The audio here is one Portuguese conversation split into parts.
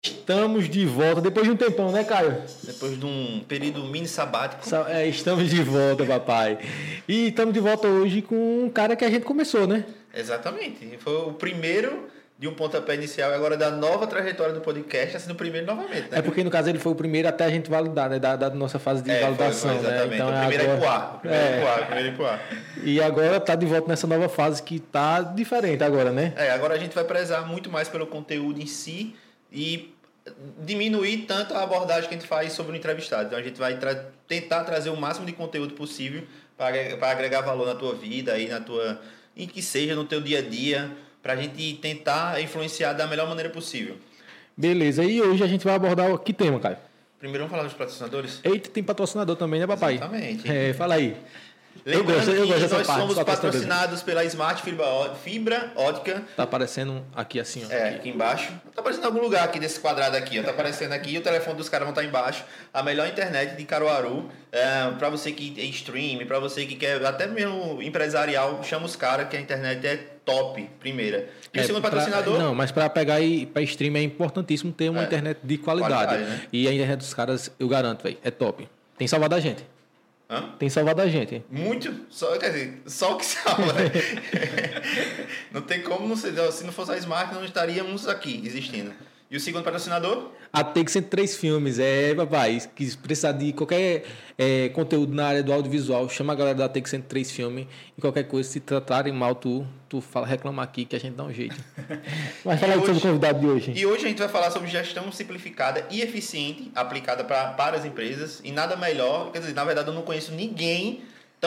Estamos de volta, depois de um tempão, né, Caio? Depois de um período mini sabático. Estamos de volta, papai. E estamos de volta hoje com um cara que a gente começou, né? Exatamente. Foi o primeiro de um pontapé inicial e agora da nova trajetória do podcast, está sendo o primeiro novamente, né? É porque, no caso, ele foi o primeiro até a gente validar, né? Da nossa fase de validação, foi exatamente. Né? Então, o primeiro agora... é primeiro ecoar. E agora tá de volta nessa nova fase que tá diferente agora, né? Agora a gente vai prezar muito mais pelo conteúdo em si e diminuir tanto a abordagem que a gente faz sobre o entrevistado. Então a gente vai tentar trazer o máximo de conteúdo possível para agregar valor na tua vida, aí em que seja no teu dia a dia, para a gente tentar influenciar da melhor maneira possível. Beleza, e hoje a gente vai abordar que tema, Caio? Primeiro vamos falar dos patrocinadores? Eita, tem patrocinador também, né, papai? Exatamente. Fala aí. Lembrando que nós somos patrocinados pela Smart Fibra Ótica. Tá aparecendo aqui assim, ó. Aqui embaixo. Tá aparecendo em algum lugar aqui desse quadrado aqui, ó. Tá aparecendo aqui e o telefone dos caras vão estar embaixo. A melhor internet de Caruaru. Para você que é stream, para você que quer até mesmo empresarial, chama os caras que a internet é top, primeira. E o segundo patrocinador? Não, mas para pegar e para stream é importantíssimo ter uma internet de qualidade. Né? E a internet dos caras, eu garanto, velho, é top. Tem salvado a gente. Hã? Tem salvado a gente. Muito? Quer dizer, só o que salva, né? Não tem como não ser. Se não fosse a Smart, não estaríamos aqui existindo. E o segundo patrocinador? A Take 103 Filmes. Papai, que precisar de qualquer conteúdo na área do audiovisual, chama a galera da Take 103 Filmes e qualquer coisa, se tratarem mal, tu reclama aqui que a gente dá um jeito. Mas fala sobre o convidado de hoje. E hoje a gente vai falar sobre gestão simplificada e eficiente aplicada para as empresas. E nada melhor, quer dizer, na verdade eu não conheço ninguém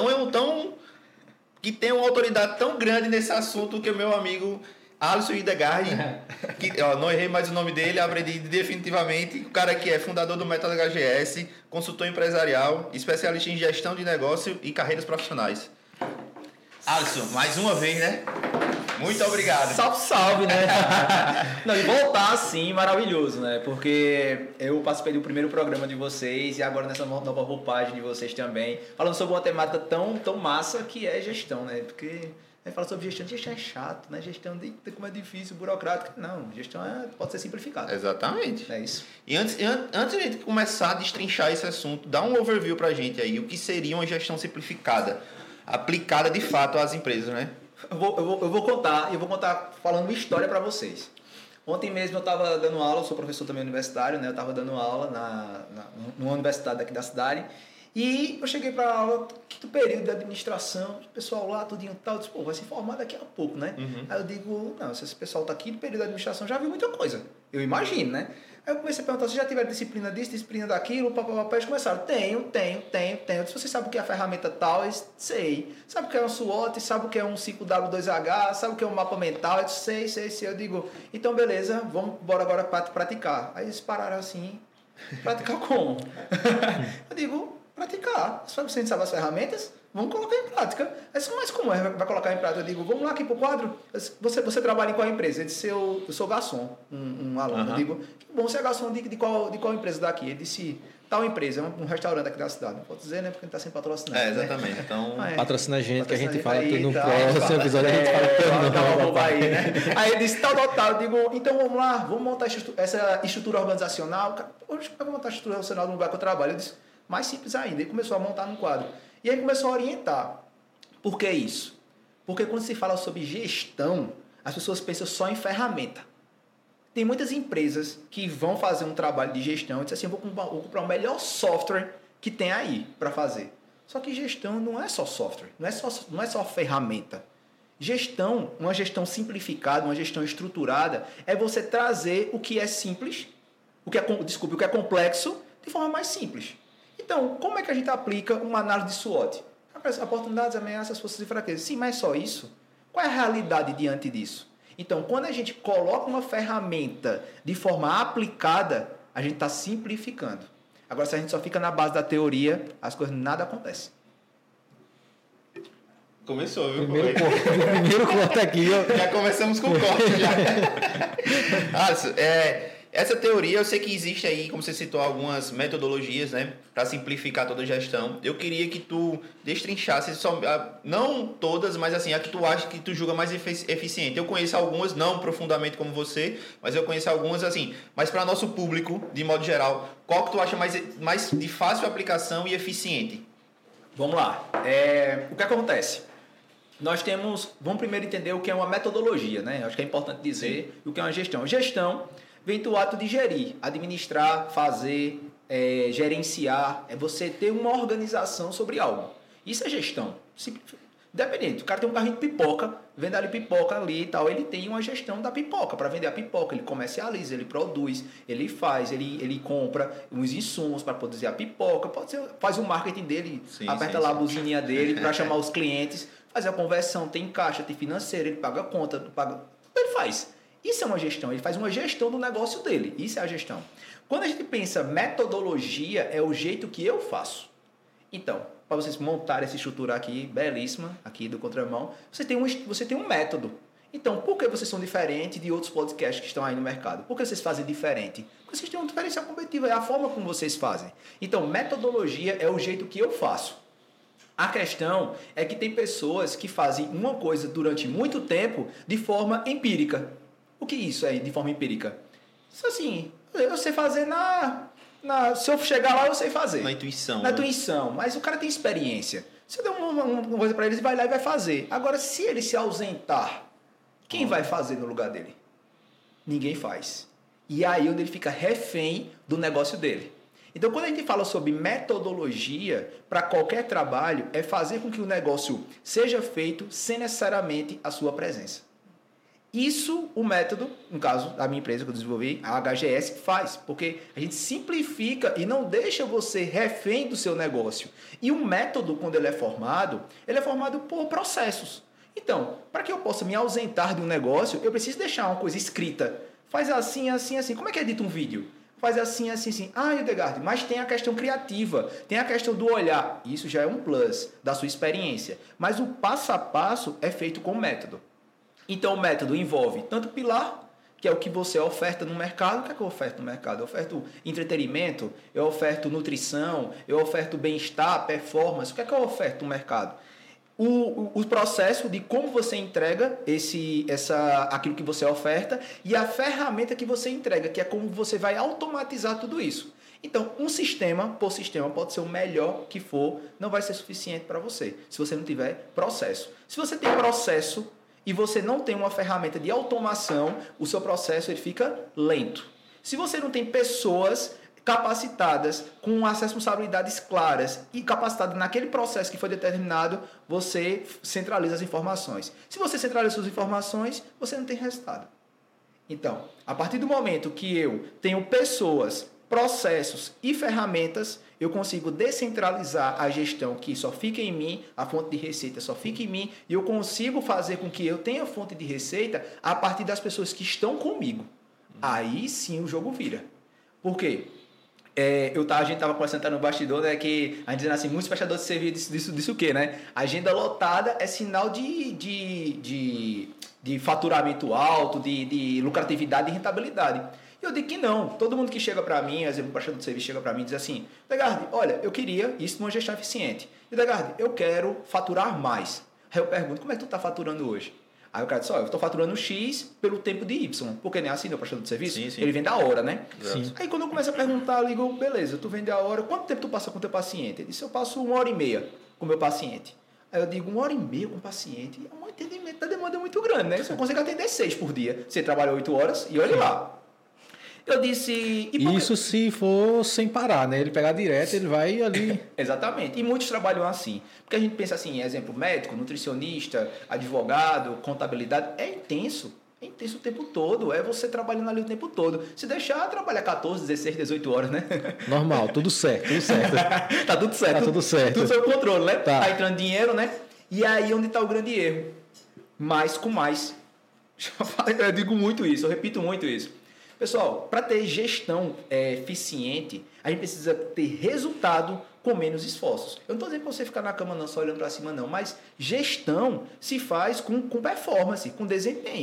que tem uma autoridade tão grande nesse assunto que o meu amigo Alisson Hidegard, que não errei mais o nome dele, aprendi definitivamente. O cara que é fundador do Método HGS, consultor empresarial, especialista em gestão de negócio e carreiras profissionais. Alisson, mais uma vez, né? Muito obrigado. Salve, né? Não, e voltar assim, maravilhoso, né? Porque eu participei do primeiro programa de vocês e agora nessa nova roupagem de vocês também, falando sobre uma temática tão massa que é gestão, né? Porque fala sobre gestão é chato, né? Gestão de como é difícil, burocrático. Não, gestão pode ser simplificada. Exatamente. É isso. E antes de a gente começar a destrinchar esse assunto, dá um overview pra gente aí, o que seria uma gestão simplificada, aplicada de fato às empresas, né? Eu vou contar falando uma história para vocês. Ontem mesmo eu estava dando aula, eu sou professor também universitário, né? Eu estava dando aula numa universidade daqui da cidade. E eu cheguei para a aula, quinto período de administração, o pessoal lá, tudinho tal, eu disse, vai se formar daqui a pouco, né? Uhum. Aí eu digo, não, se esse pessoal está aqui no período de administração, já viu muita coisa. Eu imagino, né? Aí eu comecei a perguntar, vocês já tiveram disciplina disso, disciplina daquilo, papapá, eles começaram, tenho. Eu disse, você sabe o que é a ferramenta tal? Eu disse, sei. Sabe o que é um SWOT? Sabe o que é um 5W2H? Sabe o que é um mapa mental? Eu disse, sei. Eu digo, então beleza, vamos embora agora praticar. Aí eles pararam assim, praticar como? Eu digo, praticar. Você sabe as ferramentas? Vamos colocar em prática. Mas como vai colocar em prática? Eu digo, vamos lá aqui pro quadro. Você trabalha em qual empresa? Ele disse, eu sou garçom, um aluno. Uhum. Eu digo, que bom, você é garçom de qual empresa daqui? Ele disse, tal empresa, um restaurante aqui da cidade. Não pode dizer, né? Porque não está sem patrocinar. Exatamente. Né? Então, patrocina a gente, que a gente fala tudo no próximo episódio. A gente fala aí, né? Aí ele disse, tal. Eu digo, então vamos lá, vamos montar essa estrutura organizacional. Hoje eu vou montar a estrutura organizacional no lugar que eu trabalho. Eu disse, mais simples ainda. Ele começou a montar no quadro. E aí começou a orientar. Por que isso? Porque quando se fala sobre gestão, as pessoas pensam só em ferramenta. Tem muitas empresas que vão fazer um trabalho de gestão e dizem assim, eu vou comprar o melhor software que tem aí para fazer. Só que gestão não é só software, não é só ferramenta. Gestão, uma gestão simplificada, uma gestão estruturada, é você trazer o que é simples, o que é complexo, de forma mais simples. Então, como é que a gente aplica uma análise de SWOT? Oportunidades, ameaças, forças e fraquezas. Sim, mas só isso? Qual é a realidade diante disso? Então, quando a gente coloca uma ferramenta de forma aplicada, a gente está simplificando. Agora, se a gente só fica na base da teoria, as coisas nada acontecem. Começou, viu? Primeiro corte aqui. Já começamos com o corte. Já. Alisson, Essa teoria, eu sei que existe aí, como você citou, algumas metodologias, né, para simplificar toda a gestão. Eu queria que tu destrinchasse, não todas, mas assim, a que tu acha que tu julga mais eficiente. Eu conheço algumas, não profundamente como você, mas eu conheço algumas assim. Mas para nosso público, de modo geral, qual que tu acha mais de fácil aplicação e eficiente? Vamos lá. O que acontece? Vamos primeiro entender o que é uma metodologia, né? Acho que é importante dizer o que é uma gestão. Gestão vem do ato de gerir, administrar, fazer, gerenciar. É você ter uma organização sobre algo. Isso é gestão. Independente. O cara tem um carrinho de pipoca, vende ali pipoca ali e tal. Ele tem uma gestão da pipoca para vender a pipoca. Ele comercializa, ele produz, ele faz, ele compra uns insumos para produzir a pipoca. Faz o marketing dele, aperta lá a buzininha dele para chamar os clientes, faz a conversão, tem caixa, tem financeiro, ele paga a conta, ele faz. Isso é uma gestão, ele faz uma gestão do negócio dele. Isso é a gestão. Quando a gente pensa metodologia, é o jeito que eu faço. Então, para vocês montarem essa estrutura aqui, belíssima, aqui do Contramão, você tem um método. Então, por que vocês são diferentes de outros podcasts que estão aí no mercado? Por que vocês fazem diferente? Porque vocês têm uma diferença competitiva, é a forma como vocês fazem. Então, metodologia é o jeito que eu faço. A questão é que tem pessoas que fazem uma coisa durante muito tempo de forma empírica. O que isso é de forma empírica? Isso assim, eu sei fazer se eu chegar lá, eu sei fazer. Na intuição. Na intuição. Mas o cara tem experiência. Você dá uma coisa para ele, ele vai lá e vai fazer. Agora, se ele se ausentar, quem vai fazer no lugar dele? Ninguém faz. E aí onde ele fica refém do negócio dele. Então, quando a gente fala sobre metodologia para qualquer trabalho, é fazer com que o negócio seja feito sem necessariamente a sua presença. Isso o método, no caso da minha empresa que eu desenvolvi, a HGS, faz, porque a gente simplifica e não deixa você refém do seu negócio. E o método, quando ele é formado por processos. Então, para que eu possa me ausentar de um negócio, eu preciso deixar uma coisa escrita. Faz assim, assim, assim. Como é que edita um vídeo? Faz assim, assim, assim. Ah, Edgardo, mas tem a questão criativa, tem a questão do olhar. Isso já é um plus da sua experiência. Mas o passo a passo é feito com método. Então, o método envolve tanto pilar, que é o que você oferta no mercado. O que é que eu oferto no mercado? Eu oferto entretenimento, eu oferto nutrição, eu oferto bem-estar, performance. O que é que eu oferto no mercado? O processo de como você entrega aquilo que você oferta e a ferramenta que você entrega, que é como você vai automatizar tudo isso. Então, um sistema por sistema pode ser o melhor que for, não vai ser suficiente para você, se você não tiver processo. Se você tem processo e você não tem uma ferramenta de automação, o seu processo ele fica lento. Se você não tem pessoas capacitadas, com as responsabilidades claras e capacitadas naquele processo que foi determinado, você centraliza as informações. Se você centraliza suas informações, você não tem resultado. Então, a partir do momento que eu tenho pessoas, processos e ferramentas, eu consigo descentralizar a gestão que só fica em mim, a fonte de receita só fica em mim, e eu consigo fazer com que eu tenha fonte de receita a partir das pessoas que estão comigo. Aí sim o jogo vira. Por quê? A gente estava conversando no bastidor, né, que a gente dizendo assim, muitos prestadores de serviço disso o quê, né? Agenda lotada é sinal de faturamento alto, de lucratividade e rentabilidade. E eu digo que não. Todo mundo que chega para mim, exemplo, um prestador de serviço chega para mim e diz assim, Edgardo, olha, eu queria isso numa gestão eficiente. Edgardo, eu quero faturar mais. Aí eu pergunto, como é que tu está faturando hoje? Aí o cara diz, eu estou faturando X pelo tempo de Y. Porque nem assim, o prestador de serviço, sim. Ele vende a hora, né? Sim. Aí quando eu começo a perguntar, eu digo, beleza, tu vende a hora, quanto tempo tu passa com o teu paciente? Ele disse, eu passo 1h30 com o meu paciente. Aí eu digo, 1h30 com o paciente, é um entendimento da demanda muito grande, né? Você consegue atender 6 por dia. Você trabalha 8 horas e olha lá. Eu disse... Isso se for sem parar, né? Ele pegar direto, ele vai ali... Exatamente. E muitos trabalham assim. Porque a gente pensa assim, exemplo, médico, nutricionista, advogado, contabilidade. É intenso. É intenso o tempo todo. É você trabalhando ali o tempo todo. Se deixar, trabalha 14, 16, 18 horas, né? Normal, tudo certo, tudo certo. Tá tudo certo. Tá tudo certo. Tudo sob controle, né? Tá entrando dinheiro, né? E aí onde está o grande erro? Mais com mais. Eu digo muito isso, eu repito muito isso. Pessoal, para ter gestão eficiente, a gente precisa ter resultado com menos esforços. Eu não estou dizendo para você ficar na cama não, só olhando para cima não, mas gestão se faz com performance, com desempenho.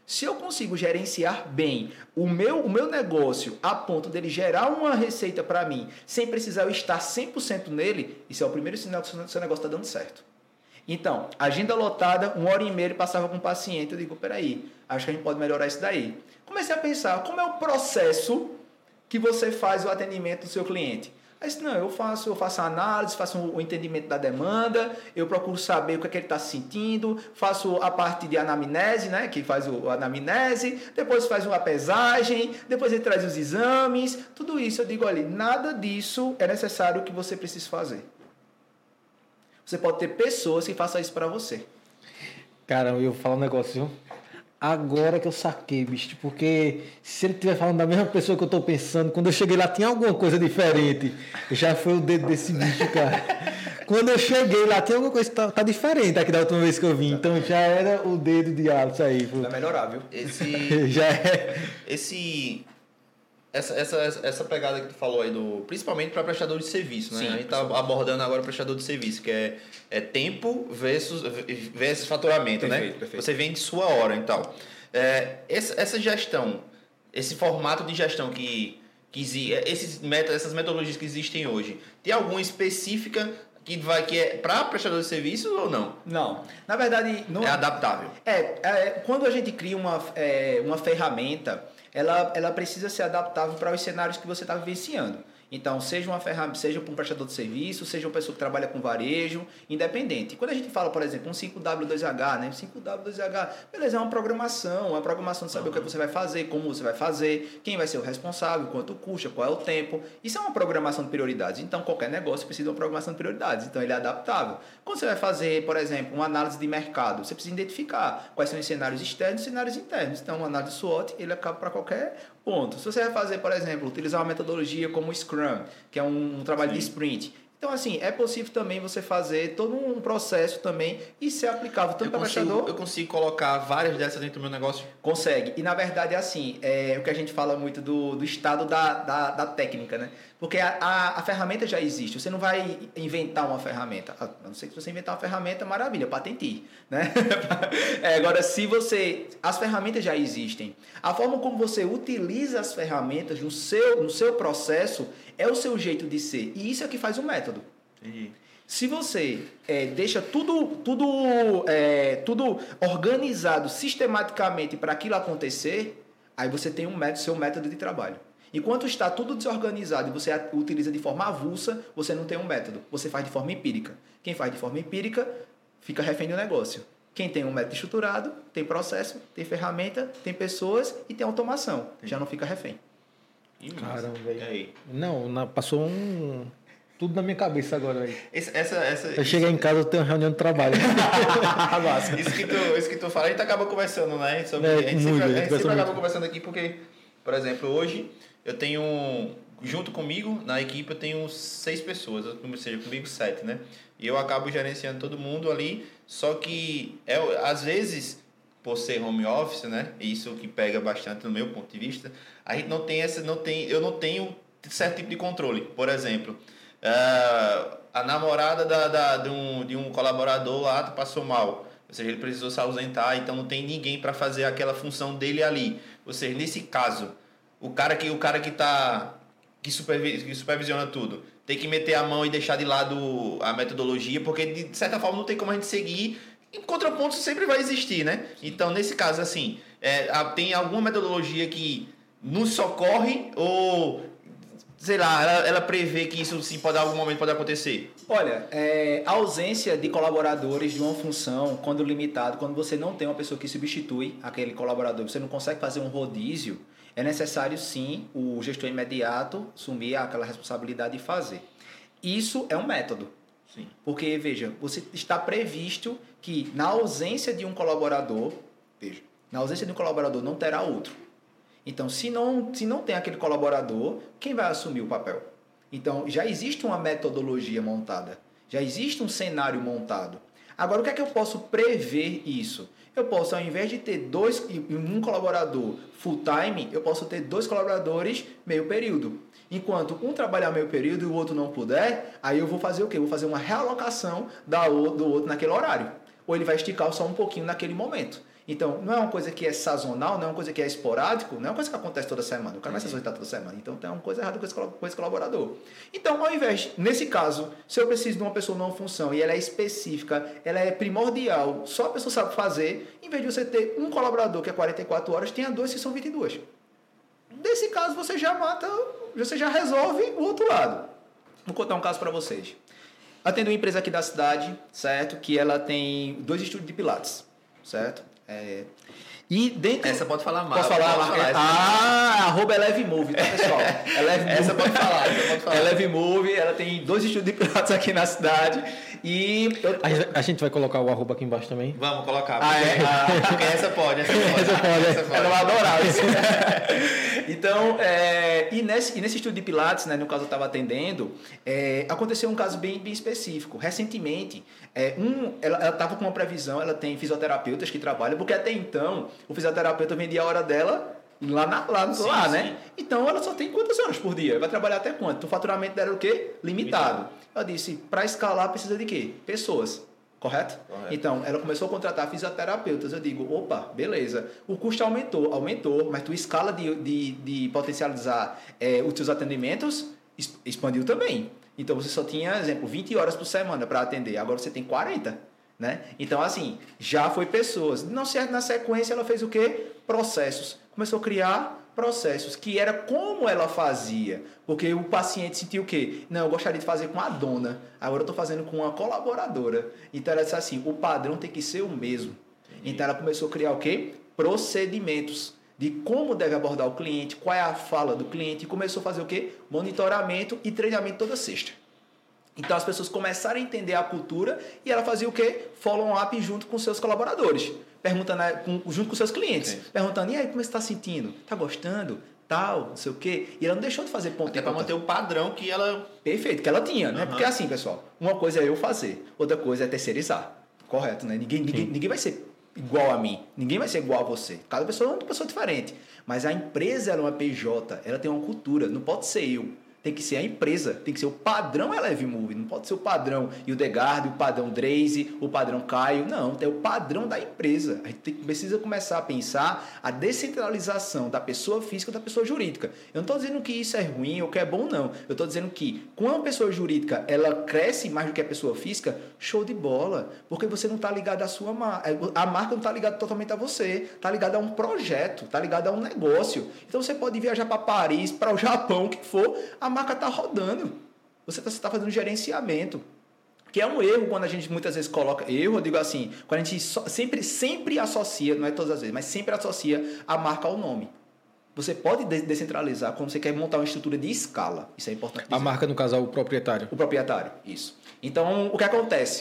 Se eu consigo gerenciar bem o meu negócio a ponto dele gerar uma receita para mim, sem precisar eu estar 100% nele, isso é o primeiro sinal que o seu negócio está dando certo. Então, agenda lotada, 1h30 ele passava com o paciente, eu digo, peraí, acho que a gente pode melhorar isso daí. Comecei a pensar, como é o processo que você faz o atendimento do seu cliente? Aí disse, não, eu faço a análise, faço o entendimento da demanda, eu procuro saber o que é que ele está se sentindo, faço a parte de anamnese, né, que faz a anamnese, depois faz uma pesagem, depois ele traz os exames, tudo isso eu digo, olha, nada disso é necessário que você precise fazer. Você pode ter pessoas que façam isso para você. Cara, eu vou falar um negócio, viu? Agora que eu saquei, bicho, porque se ele estiver falando da mesma pessoa que eu tô pensando, quando eu cheguei lá tinha alguma coisa diferente. Já foi o dedo desse bicho, cara. Quando eu cheguei lá tinha alguma coisa que tá diferente aqui da última vez que eu vim. Então já era o dedo de Alisson aí. Vai melhorar, viu? Já é. Essa pegada que tu falou aí, principalmente para prestador de serviço, né? Sim, a gente está abordando agora o prestador de serviço, que é tempo versus faturamento, perfeito, né? Perfeito. Você vende sua hora e tal. Essa gestão, esse formato de gestão essas metodologias que existem hoje, tem alguma específica que é para prestador de serviço ou não? Não. Na verdade... Não é adaptável. Quando a gente cria uma ferramenta... Ela precisa ser adaptável para os cenários que você está vivenciando. Então, seja uma ferramenta, seja para um prestador de serviço, seja uma pessoa que trabalha com varejo, independente. Quando a gente fala, por exemplo, um 5W2H, né? 5W2H, beleza, é uma programação de saber o que você vai fazer, como você vai fazer, quem vai ser o responsável, quanto custa, qual é o tempo. Isso é uma programação de prioridades. Então, qualquer negócio precisa de uma programação de prioridades. Então, ele é adaptável. Quando você vai fazer, por exemplo, uma análise de mercado, você precisa identificar quais são os cenários externos e cenários internos. Então, uma análise SWOT, ele acaba para qualquer ponto. Se você vai fazer, por exemplo, utilizar uma metodologia como o Scrum, que é um trabalho de sprint. Então, assim, é possível também você fazer todo um processo também e ser aplicável tanto para o prestador... Eu consigo colocar várias dessas dentro do meu negócio? Consegue. E, na verdade, assim, é o que a gente fala muito do estado da técnica, né? Porque a ferramenta já existe. Você não vai inventar uma ferramenta. A não ser que você inventar uma ferramenta, maravilha, patenteie, né? Agora, as ferramentas já existem. A forma como você utiliza as ferramentas no seu processo é o seu jeito de ser. E isso é que faz o método. Entendi. Se você deixa tudo organizado sistematicamente para aquilo acontecer, aí você tem seu método de trabalho. Enquanto está tudo desorganizado e você utiliza de forma avulsa, você não tem um método. Você faz de forma empírica. Quem faz de forma empírica fica refém do negócio. Quem tem um método estruturado, tem processo, tem ferramenta, tem pessoas e tem automação. Já não fica refém. Caramba, velho. Não, passou tudo na minha cabeça agora, velho. Eu cheguei em casa, eu tenho uma reunião de trabalho. Isso que tu fala, a gente acaba conversando, né? A gente sempre acaba conversando aqui porque, por exemplo, hoje eu tenho, junto comigo, na equipe, eu tenho 6 pessoas, ou seja, comigo 7, né? E eu acabo gerenciando todo mundo ali, só que, às vezes, por ser home office, né? Isso que pega bastante no meu ponto de vista, a gente eu não tenho certo tipo de controle. Por exemplo, a namorada de um colaborador lá passou mal, ou seja, ele precisou se ausentar, então não tem ninguém para fazer aquela função dele ali. Ou seja, nesse caso, o cara que supervisiona tudo tem que meter a mão e deixar de lado a metodologia, porque de certa forma não tem como a gente seguir. Em contraponto sempre vai existir, né? Então, nesse caso, assim, tem alguma metodologia que nos socorre ou, sei lá, ela prevê que isso sim pode, em algum momento pode acontecer? Olha, a ausência de colaboradores de uma função, quando limitado, quando você não tem uma pessoa que substitui aquele colaborador, você não consegue fazer um rodízio, é necessário sim o gestor imediato assumir aquela responsabilidade de fazer. Isso é um método. Sim. Porque, veja, você está previsto que na ausência de um colaborador, não terá outro. Então, se não tem aquele colaborador, quem vai assumir o papel? Então, já existe uma metodologia montada, já existe um cenário montado. Agora, o que é que eu posso prever isso? Eu posso, ao invés de ter um colaborador full time, eu posso ter 2 colaboradores meio período. Enquanto um trabalhar meio período e o outro não puder, aí eu vou fazer o quê? Eu vou fazer uma realocação do outro naquele horário. Ou ele vai esticar só um pouquinho naquele momento. Então, não é uma coisa que é sazonal, não é uma coisa que é esporádico, não é uma coisa que acontece toda semana. O cara vai se solicitar toda semana. Então, tem uma coisa errada com esse colaborador. Então, ao invés, nesse caso, se eu preciso de uma pessoa numa função e ela é específica, ela é primordial, só a pessoa sabe fazer, em vez de você ter um colaborador que é 44 horas, tenha 2 que são 22. Nesse caso, você já resolve o outro lado. Vou contar um caso para vocês. Atendo uma empresa aqui da cidade, certo? Que ela tem 2 estúdios de pilates, certo? E dentro... Essa pode falar mais. Posso falar? @EleveMove, tá, pessoal? Essa pode falar. EleveMove, ela tem 2 estúdios de pilates aqui na cidade. E... A gente vai colocar o @ aqui embaixo também? Vamos colocar. Porque essa pode. Ela vai adorar isso. Então, e nesse estúdio de pilates, né, no caso eu estava atendendo, aconteceu um caso bem específico. Recentemente, ela estava com uma previsão, ela tem fisioterapeutas que trabalham, porque até então o fisioterapeuta vendia a hora dela lá, né? Então ela só tem quantas horas por dia? Vai trabalhar até quanto? O faturamento dela é o quê? Limitado. Eu disse, para escalar precisa de quê? Pessoas. Correto? Então, ela começou a contratar fisioterapeutas. Eu digo, opa, beleza. O custo aumentou, mas tu escala de potencializar os teus atendimentos expandiu também. Então, você só tinha, exemplo, 20 horas por semana para atender. Agora você tem 40, né? Então, assim, já foi pessoas. Na sequência, ela fez o quê? Processos. Começou a criar processos, que era como ela fazia. Porque o paciente sentiu o quê? Não, eu gostaria de fazer com a dona. Agora eu estou fazendo com uma colaboradora. Então, ela disse assim, o padrão tem que ser o mesmo. Entendi. Então, ela começou a criar o quê? Procedimentos de como deve abordar o cliente, qual é a fala do cliente, e começou a fazer o quê? Monitoramento e treinamento toda sexta. Então, as pessoas começaram a entender a cultura e ela fazia o quê? Follow-up junto com seus colaboradores, perguntando junto com seus clientes, perguntando, e aí, como você está sentindo? Está gostando? Tal, não sei o quê. E ela não deixou de fazer ponto. Até para manter o padrão que ela... Perfeito, que ela tinha, né? Porque assim, pessoal, uma coisa é eu fazer, outra coisa é terceirizar. Correto, né? Ninguém vai ser igual a mim, ninguém vai ser igual a você. Cada pessoa é uma pessoa diferente. Mas a empresa ela é uma PJ, ela tem uma cultura, não pode ser eu. Tem que ser a empresa, tem que ser o padrão EleveMove, não pode ser o padrão Hildegard, o padrão Draze, o padrão Caio, não, é o padrão da empresa. A gente precisa começar a pensar a descentralização da pessoa física da pessoa jurídica. Eu não estou dizendo que isso é ruim ou que é bom, não. Eu estou dizendo que quando a pessoa jurídica ela cresce mais do que a pessoa física, show de bola, porque você não está ligado à sua marca, a marca não está ligada totalmente a você, está ligada a um projeto, está ligada a um negócio. Então você pode viajar para Paris, para o Japão, o que for, a marca está rodando. Você está fazendo gerenciamento. Que é um erro quando a gente muitas vezes coloca... Eu digo assim, quando a gente sempre associa, não é todas as vezes, mas sempre associa a marca ao nome. Você pode descentralizar quando você quer montar uma estrutura de escala. Isso é importante dizer. A marca, no caso, é o proprietário. O proprietário, isso. Então, o que acontece?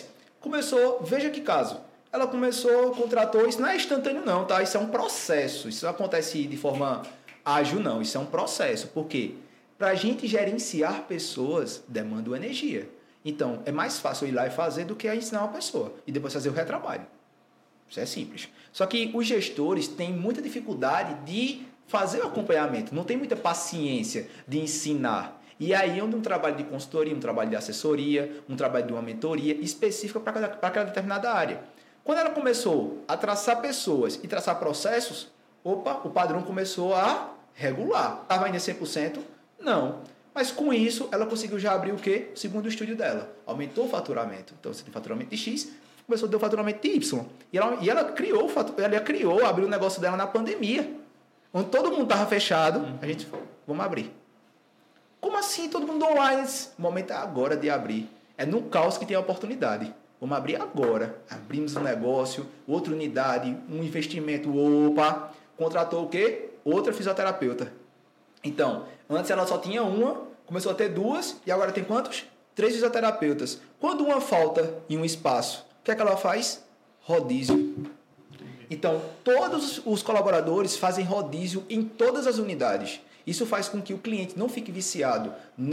Veja que caso. Ela contratou, isso não é instantâneo não, tá? Isso é um processo. Isso não acontece de forma ágil, não. Isso é um processo. Por quê? Para a gente gerenciar pessoas, demanda energia. Então, é mais fácil ir lá e fazer do que ensinar uma pessoa. E depois fazer o retrabalho. Isso é simples. Só que os gestores têm muita dificuldade de fazer o acompanhamento. Não tem muita paciência de ensinar. E aí, onde um trabalho de consultoria, um trabalho de assessoria, um trabalho de uma mentoria específica para aquela determinada área. Quando ela começou a traçar pessoas e traçar processos, o padrão começou a regular. Estava ainda 100%? Não. Mas com isso, ela conseguiu já abrir o quê? O segundo estúdio dela. Aumentou o faturamento. Então, você tem faturamento de X, começou a ter o faturamento de Y. E ela criou, abriu o negócio dela na pandemia. Onde todo mundo estava fechado, a gente falou, vamos abrir. Como assim? Todo mundo online? O momento é agora de abrir. É no caos que tem a oportunidade. Vamos abrir agora. Abrimos um negócio, outra unidade, um investimento. Contratou o quê? Outra fisioterapeuta. Então, antes ela só tinha uma, começou a ter 2 e agora tem quantos? 3 fisioterapeutas. Quando uma falta em um espaço, o que é que ela faz? Rodízio. Então, todos os colaboradores fazem rodízio em todas as unidades. Isso faz com que o cliente não fique viciado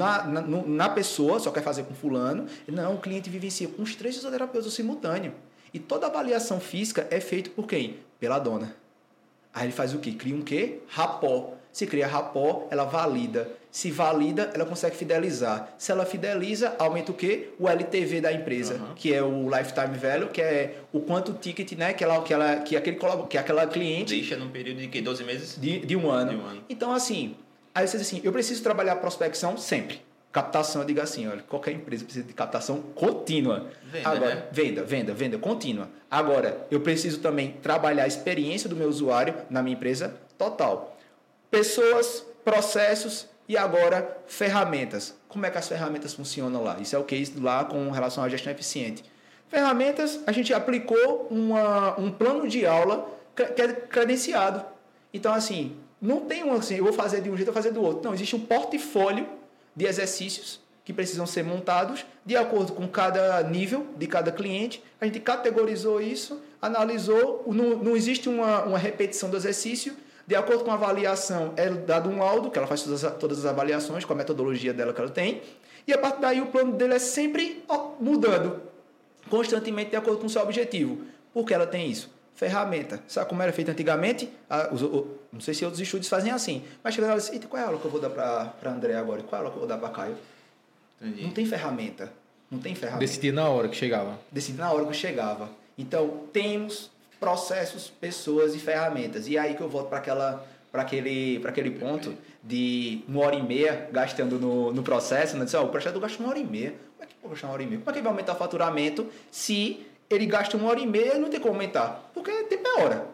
na pessoa, só quer fazer com fulano. Não, o cliente vivencia com os 3 fisioterapeutas simultâneos. E toda avaliação física é feita por quem? Pela dona. Aí ele faz o quê? Cria um quê? Rapport. Se cria rapport, ela valida. Se valida, ela consegue fidelizar. Se ela fideliza, aumenta o quê? O LTV da empresa, que é o Lifetime Value, que é o quanto o ticket, né? Que aquela cliente... Deixa num período de quê? 12 meses? De um ano. Então, assim, aí você diz assim, eu preciso trabalhar prospecção sempre. Captação, eu digo assim, olha, qualquer empresa precisa de captação contínua. Agora, venda contínua. Agora, eu preciso também trabalhar a experiência do meu usuário na minha empresa total. Pessoas, processos e agora ferramentas. Como é que as ferramentas funcionam lá? Isso é o case lá com relação à gestão eficiente. Ferramentas, a gente aplicou um plano de aula que é credenciado. Então, assim, não tem assim, eu vou fazer de um jeito, eu vou fazer do outro. Não, existe um portfólio de exercícios que precisam ser montados de acordo com cada nível de cada cliente. A gente categorizou isso, analisou, não existe uma repetição do exercício. De acordo com a avaliação, é dado um laudo, que ela faz todas as avaliações com a metodologia dela que ela tem, e a partir daí o plano dele é sempre mudando, constantemente de acordo com o seu objetivo. Por que ela tem isso? Ferramenta. Sabe como era feito antigamente? Não sei se outros estúdios fazem assim, mas chega lá e diz, qual é a aula que eu vou dar para André agora? Qual é a aula que eu vou dar para Caio? Entendi. Não tem ferramenta. Decidir na hora que chegava. Então, temos processos, pessoas e ferramentas. E aí que eu volto para aquele ponto de 1h30 gastando no processo. Né? O prestador gasta 1h30. Como é que eu vou gastar 1h30? Como é que ele vai aumentar o faturamento se ele gasta 1h30 e não tem como aumentar? Porque tempo é hora.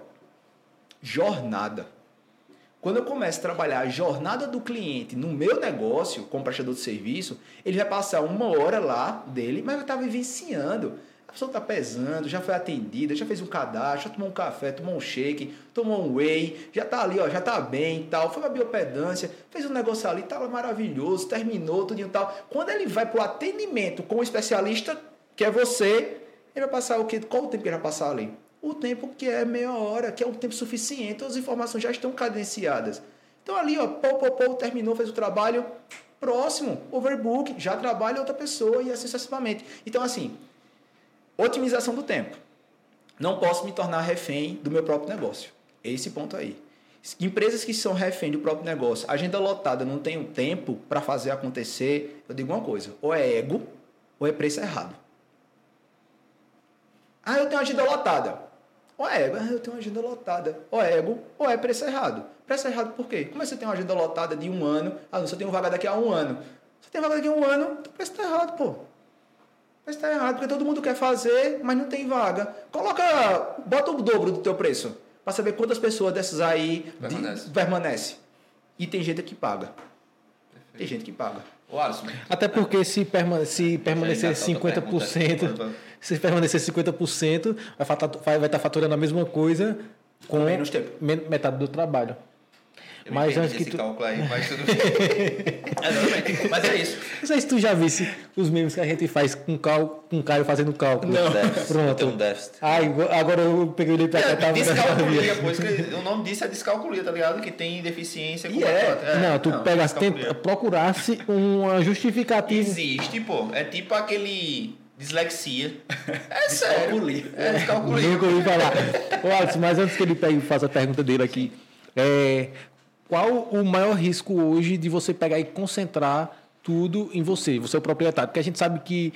Jornada. Quando eu começo a trabalhar a jornada do cliente no meu negócio, como prestador de serviço, ele vai passar 1 hora lá dele, mas vai estar vivenciando. A pessoa está pesando, já foi atendida, já fez um cadastro, já tomou um café, tomou um shake, tomou um whey, já está ali, ó, já está bem e tal, foi uma biopedância, fez um negócio ali, estava maravilhoso, terminou, tudo e tal. Quando ele vai para o atendimento com o especialista, que é você, ele vai passar o quê? Qual o tempo que ele vai passar ali? O tempo que é meia hora, que é um tempo suficiente, as informações já estão cadenciadas. Então ali, ó, terminou, fez o trabalho, próximo, overbook, já trabalha outra pessoa e assim sucessivamente. Então, assim, otimização do tempo. Não posso me tornar refém do meu próprio negócio. Esse ponto aí. Empresas que são refém do próprio negócio, agenda lotada, não tem o tempo para fazer acontecer, eu digo uma coisa, ou é ego, ou é preço errado. Eu tenho agenda lotada. Ou é ego, eu tenho uma agenda lotada. Ou é ego, ou é preço errado. Preço errado por quê? Como é que você tem uma agenda lotada de 1 ano? Não, só tenho vaga daqui a 1 ano. Se tem vaga daqui a 1 ano, então o preço está errado, pô. Mas está errado, porque todo mundo quer fazer, mas não tem vaga. Bota o dobro do teu preço, para saber quantas pessoas dessas aí permanece. E tem gente que paga. Perfeito. Tem gente que paga. Até porque se permanecer 50%, se permanecer 50%, vai estar faturando a mesma coisa com menos tempo. Metade do trabalho. Mas antes que cálculo aí, mas tudo bem. Exatamente. Mas é isso. Não sei se tu já visse os memes que a gente faz com o Caio fazendo cálculo. Não. Pronto. Tem um déficit. Agora eu peguei ele pra cá. Descalculia, pois o nome disso é descalculia, tá ligado? Que tem deficiência. Procurasse uma justificativa. Existe, pô. É tipo aquele... Dislexia. É sério. Descalculia. Nunca ouvi falar. Ô, Alisson, mas antes que ele pegue e faça a pergunta dele aqui, qual o maior risco hoje de você pegar e concentrar tudo em você é o proprietário? Porque a gente sabe que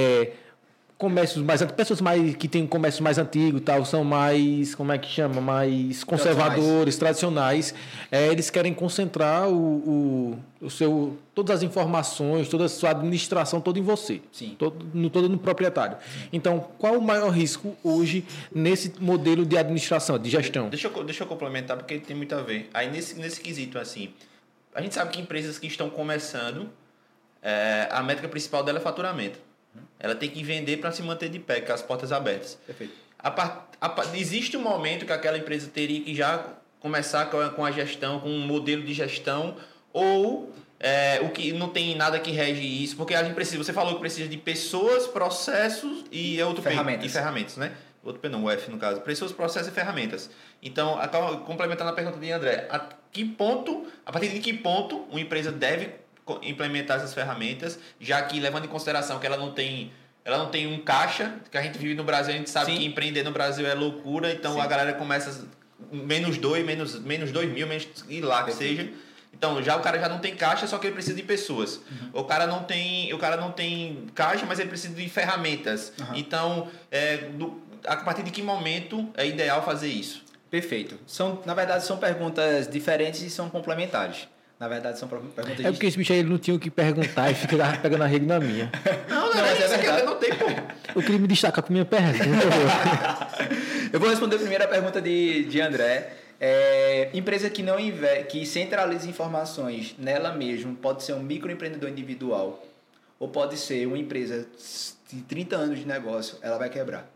pessoas que têm comércios mais antigos, tal, são mais, mais conservadores, tradicionais. Eles querem concentrar todas as informações, toda a sua administração toda em você. Sim. Todo no proprietário. Sim. Então, qual o maior risco hoje nesse modelo de administração, de gestão? Deixa eu complementar, porque tem muito a ver. Aí, nesse quesito, assim, a gente sabe que empresas que estão começando, a métrica principal dela é faturamento. Ela tem que vender para se manter de pé, com as portas abertas. Perfeito. Existe um momento que aquela empresa teria que já começar com a gestão, com um modelo de gestão, ou o que não tem nada que rege isso, porque a gente precisa, você falou que precisa de pessoas, processos e ferramentas, né? Outro P não, o F no caso. Pessoas, processos e ferramentas. Então, complementando a pergunta de André, a partir de que ponto uma empresa deve implementar essas ferramentas, já que levando em consideração que ela não tem um caixa, que a gente vive no Brasil, a gente sabe que empreender no Brasil é loucura, então a galera começa menos 2, menos 2 mil, e lá que seja. Então, já o cara já não tem caixa, só que ele precisa de pessoas. O cara não tem caixa, mas ele precisa de ferramentas. Então, a partir de que momento é ideal fazer isso? Perfeito. Na verdade, são perguntas diferentes e são complementares. Na verdade, são perguntas... É porque esse bicho aí ele não tinha o que perguntar e fica pegando a rede na minha. Não, mas é verdade. Não tem como. Eu queria me destacar com minha pergunta. Eu vou responder primeiro a pergunta de André. Empresa que não que centraliza informações nela mesma, pode ser um microempreendedor individual ou pode ser uma empresa de 30 anos de negócio, ela vai quebrar.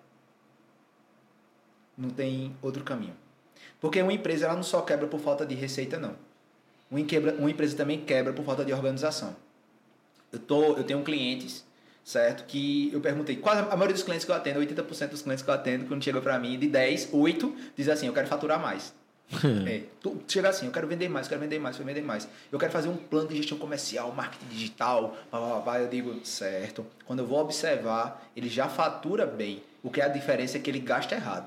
Não tem outro caminho. Porque uma empresa ela não só quebra por falta de receita, não. Uma empresa também quebra por falta de organização. Eu tenho clientes, certo? Que eu perguntei, quase a maioria dos clientes que eu atendo, 80% dos clientes que eu atendo, quando chega para mim, de 10, 8, diz assim, eu quero faturar mais. Tu chega assim, eu quero vender mais, quero vender mais, quero vender mais. Eu quero fazer um plano de gestão comercial, marketing digital, eu digo, certo. Quando eu vou observar, ele já fatura bem. O que é a diferença é que ele gasta errado.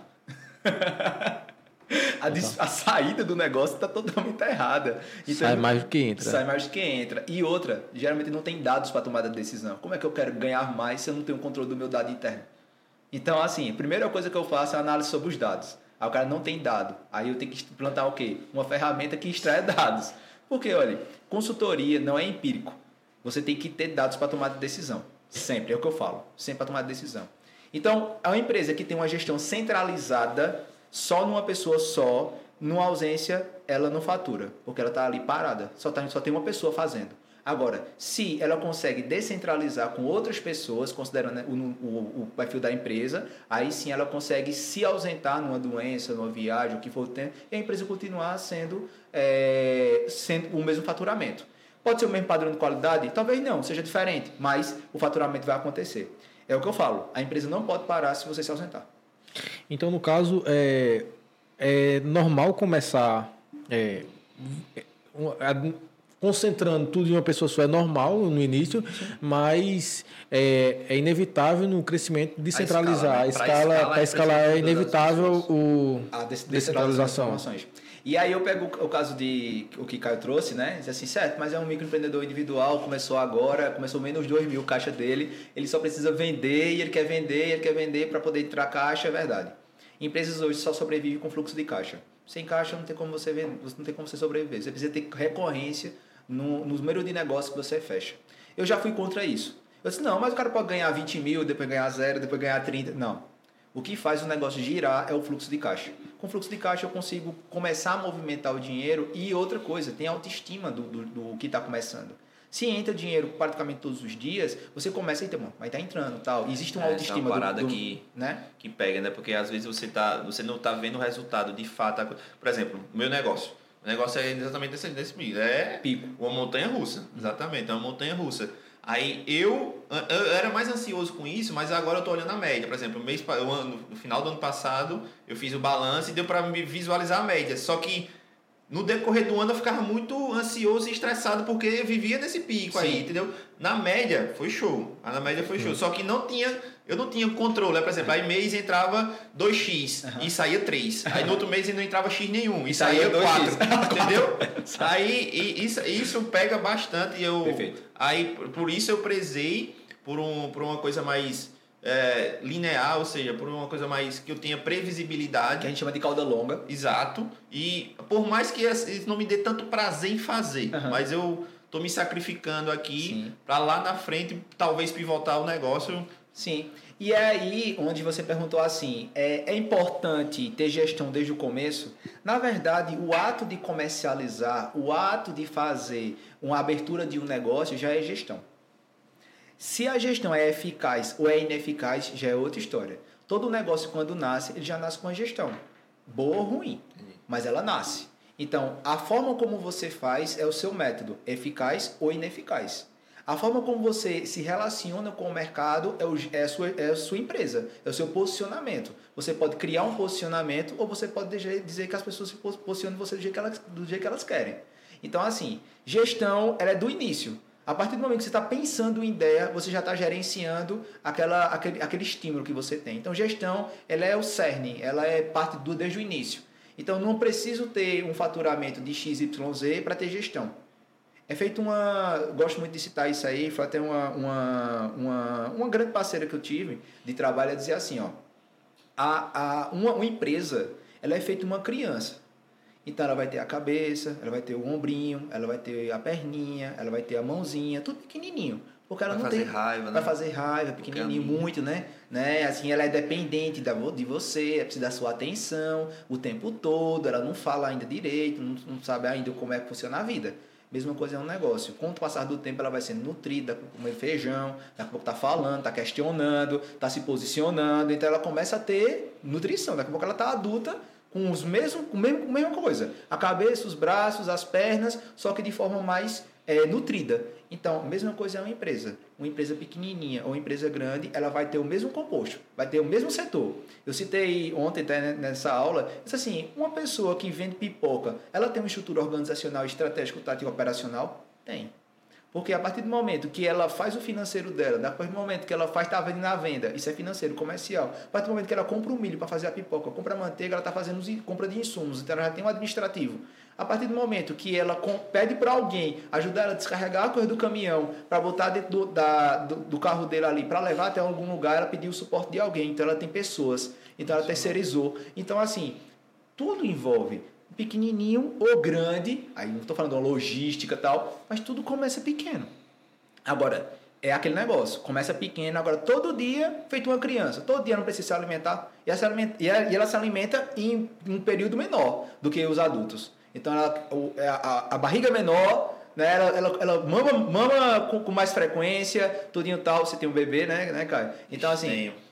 A saída do negócio está totalmente errada. Então, sai mais do que entra. Sai mais do que entra. E outra, geralmente não tem dados para tomada de decisão. Como é que eu quero ganhar mais se eu não tenho controle do meu dado interno? Então, assim, a primeira coisa que eu faço é análise sobre os dados. Aí o cara não tem dado. Aí eu tenho que implantar o quê? Uma ferramenta que extrai dados. Porque, olha, consultoria não é empírico. Você tem que ter dados para tomar de decisão. Sempre, é o que eu falo. Sempre para tomar de decisão. Então, a empresa que tem uma gestão centralizada, só numa pessoa só, numa ausência, ela não fatura. Porque ela está ali parada. Só tem uma pessoa fazendo. Agora, se ela consegue descentralizar com outras pessoas, considerando o perfil da empresa, aí sim ela consegue se ausentar numa doença, numa viagem, o que for o tempo, e a empresa continuar sendo o mesmo faturamento. Pode ser o mesmo padrão de qualidade? Talvez não, seja diferente, mas o faturamento vai acontecer. É o que eu falo, a empresa não pode parar se você se ausentar. Então, no caso, é normal começar... concentrando tudo em uma pessoa só é normal no início, mas é inevitável no crescimento descentralizar. A escala é inevitável a descentralização. E aí eu pego o caso de o que Caio trouxe, né? Diz assim, certo, mas é um microempreendedor individual, começou menos 2 mil caixa dele, ele só precisa vender e ele quer vender para poder entrar caixa, é verdade. Empresas hoje só sobrevivem com fluxo de caixa. Sem caixa não tem como você vender, não tem como você sobreviver. Você precisa ter recorrência no número de negócios que você fecha. Eu já fui contra isso. Eu disse, não, mas o cara pode ganhar 20 mil, depois ganhar 0, depois ganhar 30. Não. O que faz o negócio girar é o fluxo de caixa. Com fluxo de caixa eu consigo começar a movimentar o dinheiro e outra coisa, tem autoestima do que está começando. Se entra dinheiro praticamente todos os dias, você começa a então, vai estar entrando tal. Existe uma autoestima é uma parada que pega, né? Porque às vezes você não está vendo o resultado de fato. Por exemplo, o meu negócio. O negócio é exatamente desse pico. É pico. Uma montanha russa. Exatamente, é uma montanha russa. Aí eu era mais ansioso com isso, mas agora eu estou olhando a média. Por exemplo, no final do ano passado, eu fiz o balanço e deu para me visualizar a média. Só que no decorrer do ano eu ficava muito ansioso e estressado porque eu vivia nesse pico. Sim. Aí, entendeu? Na média foi show. Só que eu não tinha controle. Por exemplo, aí mês entrava 2x e saía 3. Aí no outro mês não entrava x nenhum e saía 4. Entendeu? Aí isso pega bastante. Perfeito. Aí por isso eu prezei por uma coisa mais linear, ou seja, por uma coisa mais que eu tenha previsibilidade. Que a gente chama de cauda longa. Exato. E por mais que isso não me dê tanto prazer em fazer, mas eu tô me sacrificando aqui para lá na frente talvez pivotar o negócio. Sim. E é aí onde você perguntou assim, é importante ter gestão desde o começo? Na verdade, o ato de comercializar, o ato de fazer uma abertura de um negócio já é gestão. Se a gestão é eficaz ou é ineficaz, já é outra história. Todo negócio, quando nasce, ele já nasce com a gestão. Boa ou ruim, mas ela nasce. Então, a forma como você faz é o seu método, eficaz ou ineficaz. A forma como você se relaciona com o mercado é a sua empresa, é o seu posicionamento. Você pode criar um posicionamento ou você pode dizer que as pessoas se posicionem você do jeito que elas querem. Então, assim, gestão ela é do início. A partir do momento que você está pensando em ideia, você já está gerenciando aquele estímulo que você tem. Então, gestão ela é o cerne, ela é parte desde o início. Então, não preciso ter um faturamento de XYZ para ter gestão. É feito gosto muito de citar isso aí, foi até uma grande parceira que eu tive de trabalho, a dizer assim, ó, uma empresa, ela é feita uma criança. Então ela vai ter a cabeça, ela vai ter o ombrinho, ela vai ter a perninha, ela vai ter a mãozinha, tudo pequenininho. Porque ela vai não fazer tem raiva, né? Vai fazer raiva, pequenininho, muito, né? Assim, ela é dependente de você, precisa da sua atenção o tempo todo, ela não fala ainda direito, não sabe ainda como é que funciona a vida. Mesma coisa é um negócio. Com o passar do tempo, ela vai sendo nutrida, comendo feijão, daqui a pouco tá falando, tá questionando, tá se posicionando, então ela começa a ter nutrição. Daqui a pouco ela tá adulta com a mesma coisa. A cabeça, os braços, as pernas, só que de forma mais nutrida. Então, a mesma coisa é uma empresa. Uma empresa pequenininha ou uma empresa grande, ela vai ter o mesmo composto, vai ter o mesmo setor. Eu citei ontem nessa aula, disse assim, uma pessoa que vende pipoca, ela tem uma estrutura organizacional, estratégica, tática, operacional? Tem. Porque a partir do momento que ela faz o financeiro dela, a partir do momento que ela está vendendo na venda, isso é financeiro, comercial. A partir do momento que ela compra o milho para fazer a pipoca, compra a manteiga, ela está fazendo compra de insumos, então ela já tem um administrativo. A partir do momento que ela pede para alguém ajudar ela a descarregar a coisa do caminhão, para botar dentro do carro dele ali, para levar até algum lugar, ela pediu o suporte de alguém, então ela tem pessoas, então ela terceirizou. Então, assim, tudo envolve pequenininho ou grande, aí não estou falando de uma logística e tal, mas tudo começa pequeno. Agora, é aquele negócio, começa pequeno, agora todo dia feito uma criança, todo dia não precisa se alimentar, e ela se alimenta em um período menor do que os adultos. Então, a barriga é menor, né? Ela mama com mais frequência, tudinho tal, você tem um bebê, né, Caio? Então, assim... Tenho.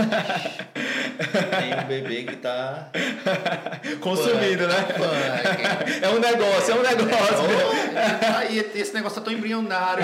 Tem um bebê que tá consumindo, né? É um negócio. Aí esse negócio tá tão embrionário.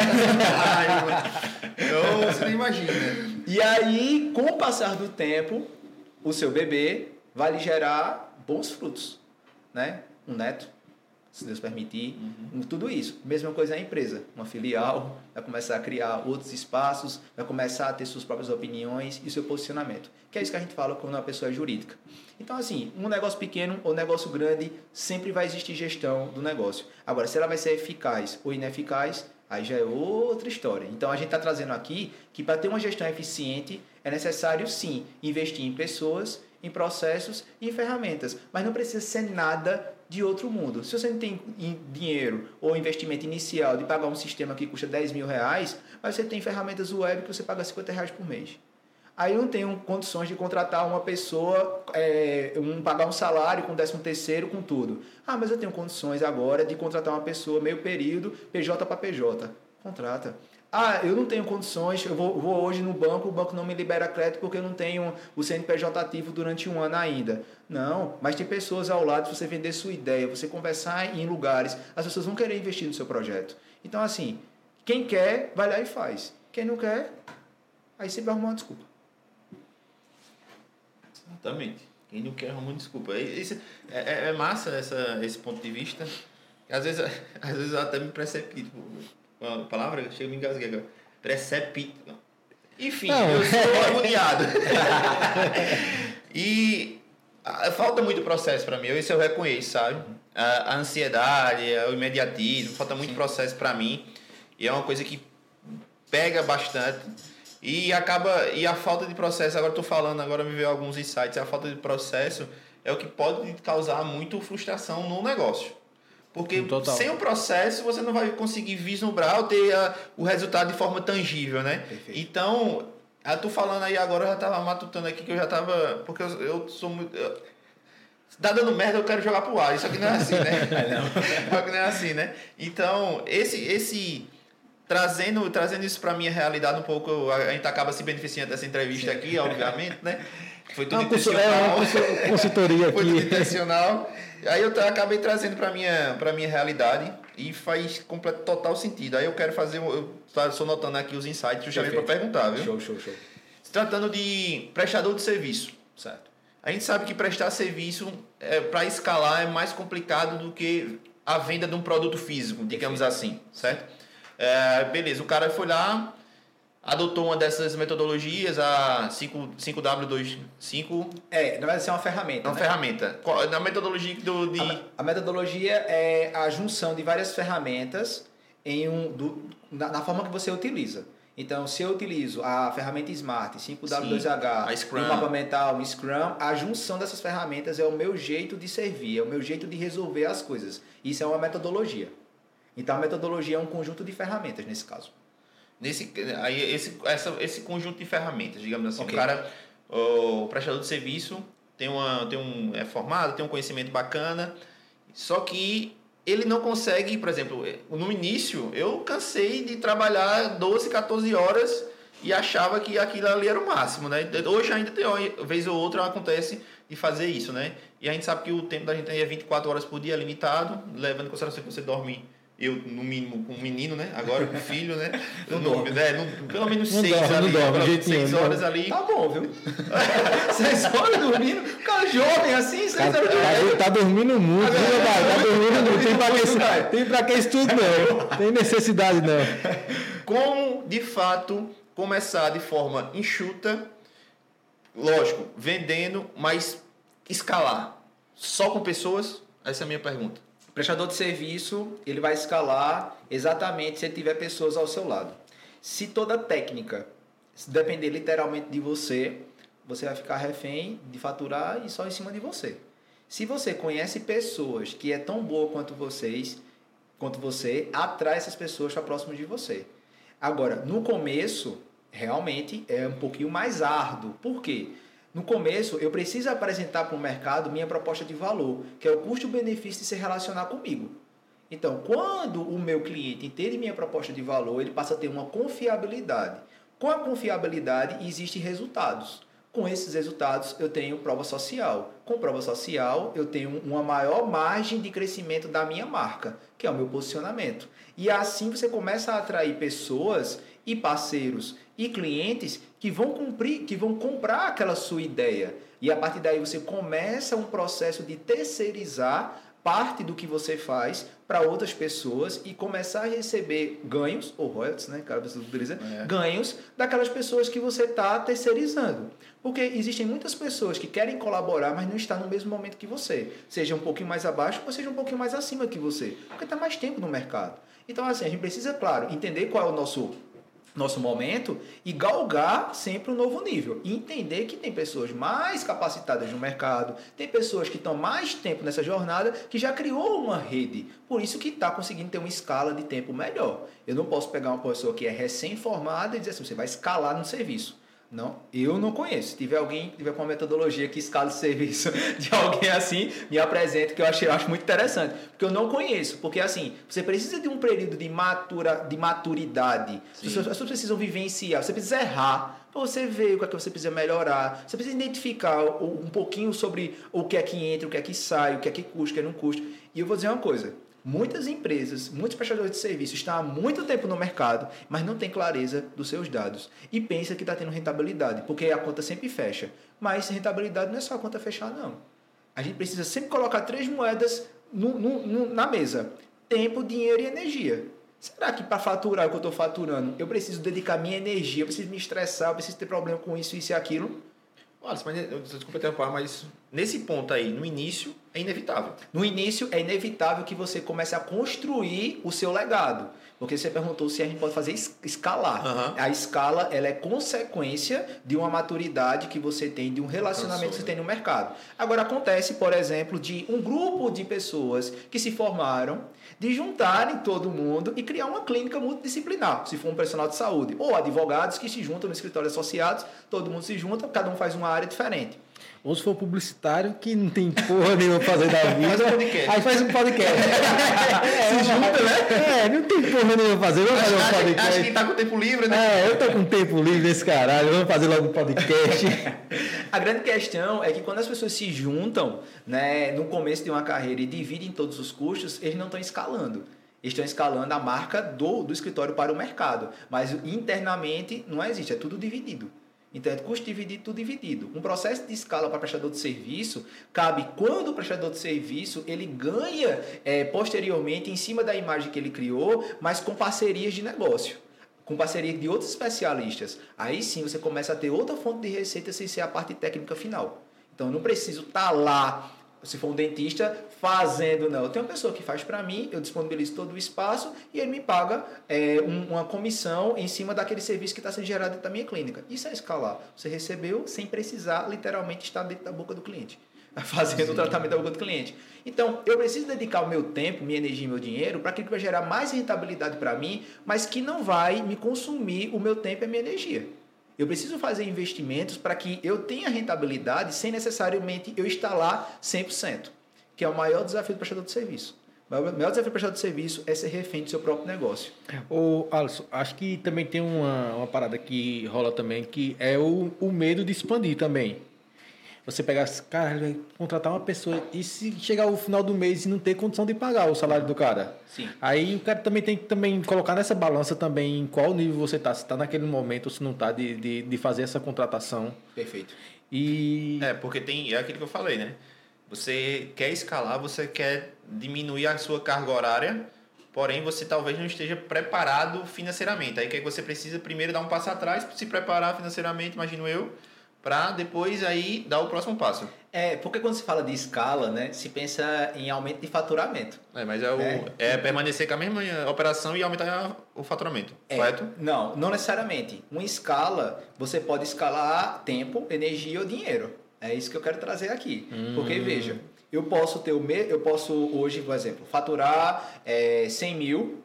Você não imagina. E aí, com o passar do tempo, o seu bebê vai lhe gerar bons frutos, né? Um neto, se Deus permitir, tudo isso. Mesma coisa é a empresa, uma filial, vai começar a criar outros espaços, vai começar a ter suas próprias opiniões e seu posicionamento, que é isso que a gente fala quando uma pessoa é jurídica. Então, assim, um negócio pequeno ou negócio grande, sempre vai existir gestão do negócio. Agora, se ela vai ser eficaz ou ineficaz, aí já é outra história. Então, a gente está trazendo aqui que para ter uma gestão eficiente, é necessário, sim, investir em pessoas, em processos e em ferramentas, mas não precisa ser nada de outro mundo. Se você não tem dinheiro ou investimento inicial de pagar um sistema que custa 10 mil reais, mas você tem ferramentas web que você paga 50 reais por mês. Aí eu não tenho condições de contratar uma pessoa, pagar um salário com 13º, com tudo. Ah, mas eu tenho condições agora de contratar uma pessoa meio período, PJ para PJ. Contrata. Ah, eu não tenho condições, eu vou hoje no banco, o banco não me libera crédito porque eu não tenho o CNPJ ativo durante um ano ainda. Não, mas tem pessoas ao lado, se você vender sua ideia, você conversar em lugares, as pessoas vão querer investir no seu projeto. Então, assim, quem quer, vai lá e faz. Quem não quer, aí sempre vai arrumar uma desculpa. Exatamente. Quem não quer arrumar uma desculpa. É massa esse ponto de vista. Às vezes eu até me precipito. A palavra, chega a me engasguei agora. Precipito. Enfim, eu sou agoniado. E falta muito processo para mim. Isso eu reconheço, sabe? A ansiedade, o imediatismo, falta muito processo para mim. E é uma coisa que pega bastante. E a falta de processo, agora estou falando, agora me veio alguns insights. A falta de processo é o que pode causar muito frustração no negócio. Porque sem o processo você não vai conseguir vislumbrar ou ter o resultado de forma tangível, né? Perfeito. Então, eu tô falando aí agora, eu já estava matutando aqui que eu já estava... Porque eu sou muito... Tá dando merda, eu quero jogar pro ar. Isso aqui não é assim, né? Isso aqui não é assim, né? Então, trazendo isso para minha realidade um pouco, a gente acaba se beneficiando dessa entrevista aqui, obviamente, né? Foi tudo intencional. Consultoria aqui. Foi tudo intencional. Aí eu acabei trazendo para minha realidade e faz total sentido. Aí eu quero fazer, eu estou notando aqui os insights justamente para perguntar, viu? Show. Se tratando de prestador de serviço, certo? A gente sabe que prestar serviço para escalar é mais complicado do que a venda de um produto físico, digamos assim, certo? Beleza, o cara foi lá, adotou uma dessas metodologias, a 5W25. Na verdade, isso é uma ferramenta. É uma ferramenta. Na metodologia A metodologia é a junção de várias ferramentas na forma que você utiliza. Então, se eu utilizo a ferramenta Smart, 5W2H, Scrum. o mapa mental, o Scrum, a junção dessas ferramentas é o meu jeito de servir, é o meu jeito de resolver as coisas. Isso é uma metodologia. Então, a metodologia é um conjunto de ferramentas, nesse caso. Esse conjunto de ferramentas, digamos assim, Okay. O prestador de serviço é formado, tem um conhecimento bacana, só que ele não consegue, por exemplo, no início eu cansei de trabalhar 12, 14 horas e achava que aquilo ali era o máximo, né? Hoje ainda tem, uma vez ou outra acontece de fazer isso, né? E a gente sabe que o tempo da gente é 24 horas por dia, limitado, levando em consideração que você dorme, eu no mínimo com um menino, né? Agora com filho, né? Não dorme. Pelo menos Não 6 dorme, ali, não dorme, pelo de jeito menos 6 nenhum, horas não. ali. Tá bom, viu? 6 horas dormindo, cara jovem assim, 6 horas dormindo. Tá dormindo muito, viu, meu pai? Tá dormindo muito. Tem pra que isso tudo, não. Tem necessidade, não. Como, de fato, começar de forma enxuta, lógico, vendendo, mas escalar só com pessoas? Essa é a minha pergunta. O prestador de serviço, ele vai escalar exatamente se ele tiver pessoas ao seu lado. Se toda técnica depender literalmente de você, você vai ficar refém de faturar e só em cima de você. Se você conhece pessoas que é tão boa quanto você, atrai essas pessoas para próximo de você. Agora, no começo, realmente é um pouquinho mais árduo. Por quê? No começo, eu preciso apresentar para o mercado minha proposta de valor, que é o custo-benefício de se relacionar comigo. Então, quando o meu cliente entende minha proposta de valor, ele passa a ter uma confiabilidade. Com a confiabilidade, existem resultados. Com esses resultados, eu tenho prova social. Com prova social, eu tenho uma maior margem de crescimento da minha marca, que é o meu posicionamento. E assim você começa a atrair pessoas e parceiros e clientes que vão comprar aquela sua ideia. E a partir daí você começa um processo de terceirizar parte do que você faz para outras pessoas e começar a receber ganhos, ou royalties, né? Cada pessoa utiliza, ganhos daquelas pessoas que você está terceirizando. Porque existem muitas pessoas que querem colaborar, mas não estão no mesmo momento que você. Seja um pouquinho mais abaixo ou seja um pouquinho mais acima que você. Porque está mais tempo no mercado. Então, assim, a gente precisa, claro, entender qual é o nosso momento e galgar sempre um novo nível. E entender que tem pessoas mais capacitadas no mercado, tem pessoas que estão mais tempo nessa jornada, que já criou uma rede. Por isso que está conseguindo ter uma escala de tempo melhor. Eu não posso pegar uma pessoa que é recém-formada e dizer assim, você vai escalar no serviço. Não, eu não conheço. Se tiver alguém que tiver com uma metodologia que escala o serviço de alguém assim, me apresente, que eu acho muito interessante. Porque eu não conheço. Porque assim, você precisa de um período de maturidade. As pessoas precisam vivenciar, você precisa errar para você ver o que é que você precisa melhorar. Você precisa identificar um pouquinho sobre o que é que entra, o que é que sai, o que é que custa, o que não custa. E eu vou dizer uma coisa. Muitas empresas, muitos prestadores de serviço estão há muito tempo no mercado, mas não tem clareza dos seus dados. E pensa que está tendo rentabilidade, porque a conta sempre fecha. Mas rentabilidade não é só a conta fechar, não. A gente precisa sempre colocar 3 moedas na mesa. Tempo, dinheiro e energia. Será que para faturar o que eu estou faturando, eu preciso dedicar minha energia, eu preciso me estressar, eu preciso ter problema com isso e aquilo? Olha, desculpa interromper, mas nesse ponto aí, no início, é inevitável. No início, é inevitável que você comece a construir o seu legado. Porque você perguntou se a gente pode fazer escalar. Uhum. A escala, ela é consequência de uma maturidade que você tem, de um relacionamento que você tem no mercado. Agora, acontece, por exemplo, de um grupo de pessoas que se formaram, de juntarem todo mundo e criar uma clínica multidisciplinar, se for um profissional de saúde. Ou advogados que se juntam no escritório associados, todo mundo se junta, cada um faz uma área diferente. Ou se for publicitário, que não tem porra nenhuma pra fazer da vida. Faz um podcast. Aí faz um podcast. Se junta, né? Não tem porra nenhuma pra fazer. Vamos fazer um podcast. Acho que tá com tempo livre, né? Eu tô com tempo livre nesse caralho. Vamos fazer logo um podcast. A grande questão é que quando as pessoas se juntam, né, no começo de uma carreira e dividem todos os custos, eles não estão escalando. Eles estão escalando a marca do escritório para o mercado. Mas internamente não existe, é tudo dividido. Então, é custo dividido, tudo dividido. Um processo de escala para prestador de serviço cabe quando o prestador de serviço ele ganha posteriormente em cima da imagem que ele criou, mas com parcerias de negócio. com parceria de outros especialistas, aí sim você começa a ter outra fonte de receita sem ser a parte técnica final. Então, eu não preciso estar lá, se for um dentista, fazendo, não. Eu tenho uma pessoa que faz para mim, eu disponibilizo todo o espaço e ele me paga uma comissão em cima daquele serviço que está sendo gerado dentro da minha clínica. Isso é escalar. Você recebeu sem precisar, literalmente, estar dentro da boca do cliente, fazendo o tratamento da boca do cliente. Então, eu preciso dedicar o meu tempo, minha energia e meu dinheiro para aquilo que vai gerar mais rentabilidade para mim, mas que não vai me consumir o meu tempo e a minha energia. Eu preciso fazer investimentos para que eu tenha rentabilidade sem necessariamente eu estar lá 100%, que é o maior desafio do prestador de serviço. O maior desafio do prestador de serviço é ser refém do seu próprio negócio. Ô, Alisson, acho que também tem uma parada que rola também, que é o medo de expandir também. Você pegar, cara, vai contratar uma pessoa e se chegar ao final do mês e não ter condição de pagar o salário do cara. Sim. Aí o cara também tem que colocar nessa balança também em qual nível você está. Se está naquele momento ou se não está de fazer essa contratação. Perfeito. Porque é aquilo que eu falei, né? Você quer escalar, você quer diminuir a sua carga horária, porém você talvez não esteja preparado financeiramente. Aí o que você precisa primeiro dar um passo atrás, se preparar financeiramente, imagino eu, para depois aí dar o próximo passo. Porque quando se fala de escala, né, se pensa em aumento de faturamento. Mas permanecer com a mesma operação e aumentar o faturamento, correto? Não necessariamente. Uma escala, você pode escalar tempo, energia ou dinheiro. É isso que eu quero trazer aqui. Porque, veja, eu posso hoje, por exemplo, faturar 100 mil,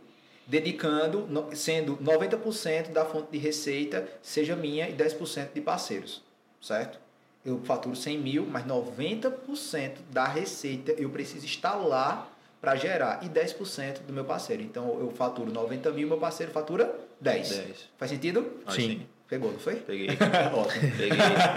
sendo 90% da fonte de receita seja minha e 10% de parceiros. Certo? Eu faturo 100 mil, mas 90% da receita eu preciso estar lá para gerar e 10% do meu parceiro. Então eu faturo 90 mil, meu parceiro fatura 10. Faz sentido? Sim. Pegou, não foi? Peguei. Ótimo. Peguei.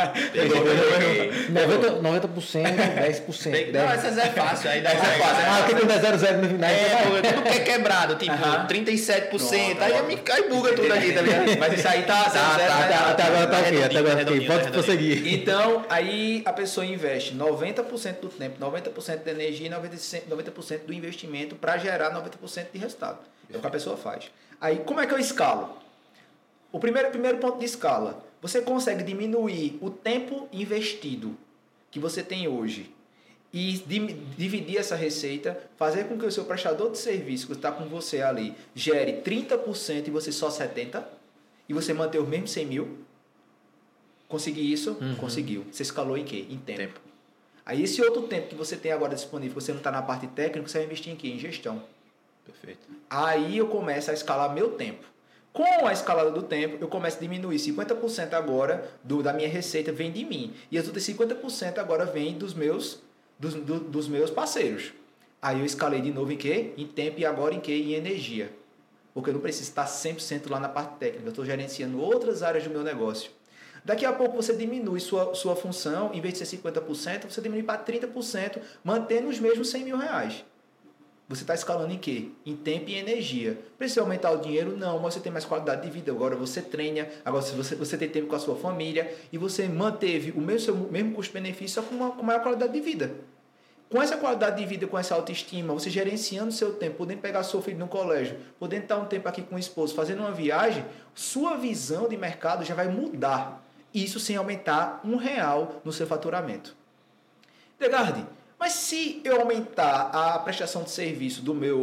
90%, 10%. Não, essas é fácil. Aí essa é fácil. Aqui tem 0,0 no final. Tudo que é quebrado, tipo 37%. Aí buga tudo aqui, tá ligado? Mas isso aí tá Até agora tá ok. Pode prosseguir. Então, aí a pessoa investe 90% do tempo, 90% da energia e 90% do investimento para gerar 90% de resultado. É o que a pessoa faz. Aí, como é que eu escalo? O primeiro ponto de escala, você consegue diminuir o tempo investido que você tem hoje e dividir essa receita, fazer com que o seu prestador de serviço que está com você ali gere 30% e você só 70%, e você manter os mesmos 100 mil. Conseguir isso? Conseguiu. Você escalou em quê? Em tempo. Aí esse outro tempo que você tem agora disponível, você não está na parte técnica, você vai investir em quê? Em gestão. Perfeito. Aí eu começo a escalar meu tempo. Com a escalada do tempo, eu começo a diminuir 50% agora da minha receita vem de mim. E as outras 50% agora vem dos meus parceiros. Aí eu escalei de novo em quê? Em tempo e agora em quê? Em energia. Porque eu não preciso estar 100% lá na parte técnica. Eu estou gerenciando outras áreas do meu negócio. Daqui a pouco você diminui sua função, em vez de ser 50%, você diminui para 30%, mantendo os mesmos 100 mil reais. Você está escalando em quê? Em tempo e energia. Precisa aumentar o dinheiro? Não, mas você tem mais qualidade de vida. Agora você treina, agora você tem tempo com a sua família e você manteve o mesmo custo-benefício, só com maior qualidade de vida. Com essa qualidade de vida, com essa autoestima, você gerenciando o seu tempo, podendo pegar seu filho no colégio, podendo estar um tempo aqui com o esposo, fazendo uma viagem, sua visão de mercado já vai mudar. Isso sem aumentar R$1 no seu faturamento. Degarde, mas se eu aumentar a prestação de serviço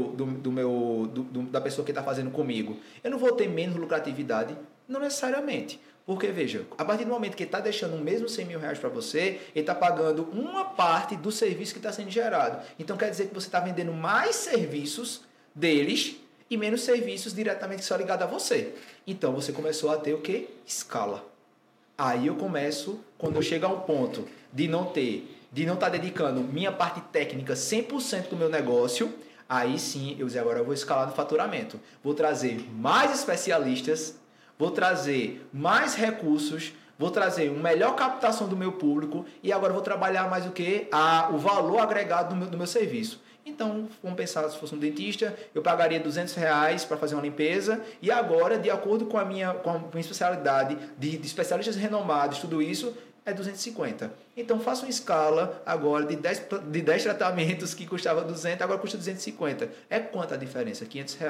da pessoa que está fazendo comigo, eu não vou ter menos lucratividade? Não necessariamente. Porque, veja, a partir do momento que ele está deixando o mesmo 100 mil reais para você, ele está pagando uma parte do serviço que está sendo gerado. Então, quer dizer que você está vendendo mais serviços deles e menos serviços diretamente só ligados a você. Então, você começou a ter o quê? Escala. Aí eu começo, quando eu chego a um ponto de não estar dedicando minha parte técnica 100% do meu negócio, aí sim, eu dizer, agora eu vou escalar no faturamento. Vou trazer mais especialistas, vou trazer mais recursos, vou trazer uma melhor captação do meu público e agora vou trabalhar mais o quê? O valor agregado do meu serviço. Então, vamos pensar, se fosse um dentista, eu pagaria R$200 para fazer uma limpeza e agora, de acordo com a minha especialidade de especialistas renomados, tudo isso é 250. Então, faça uma escala agora de 10 tratamentos que custava 200, agora custa 250. É quanto a diferença? R$500.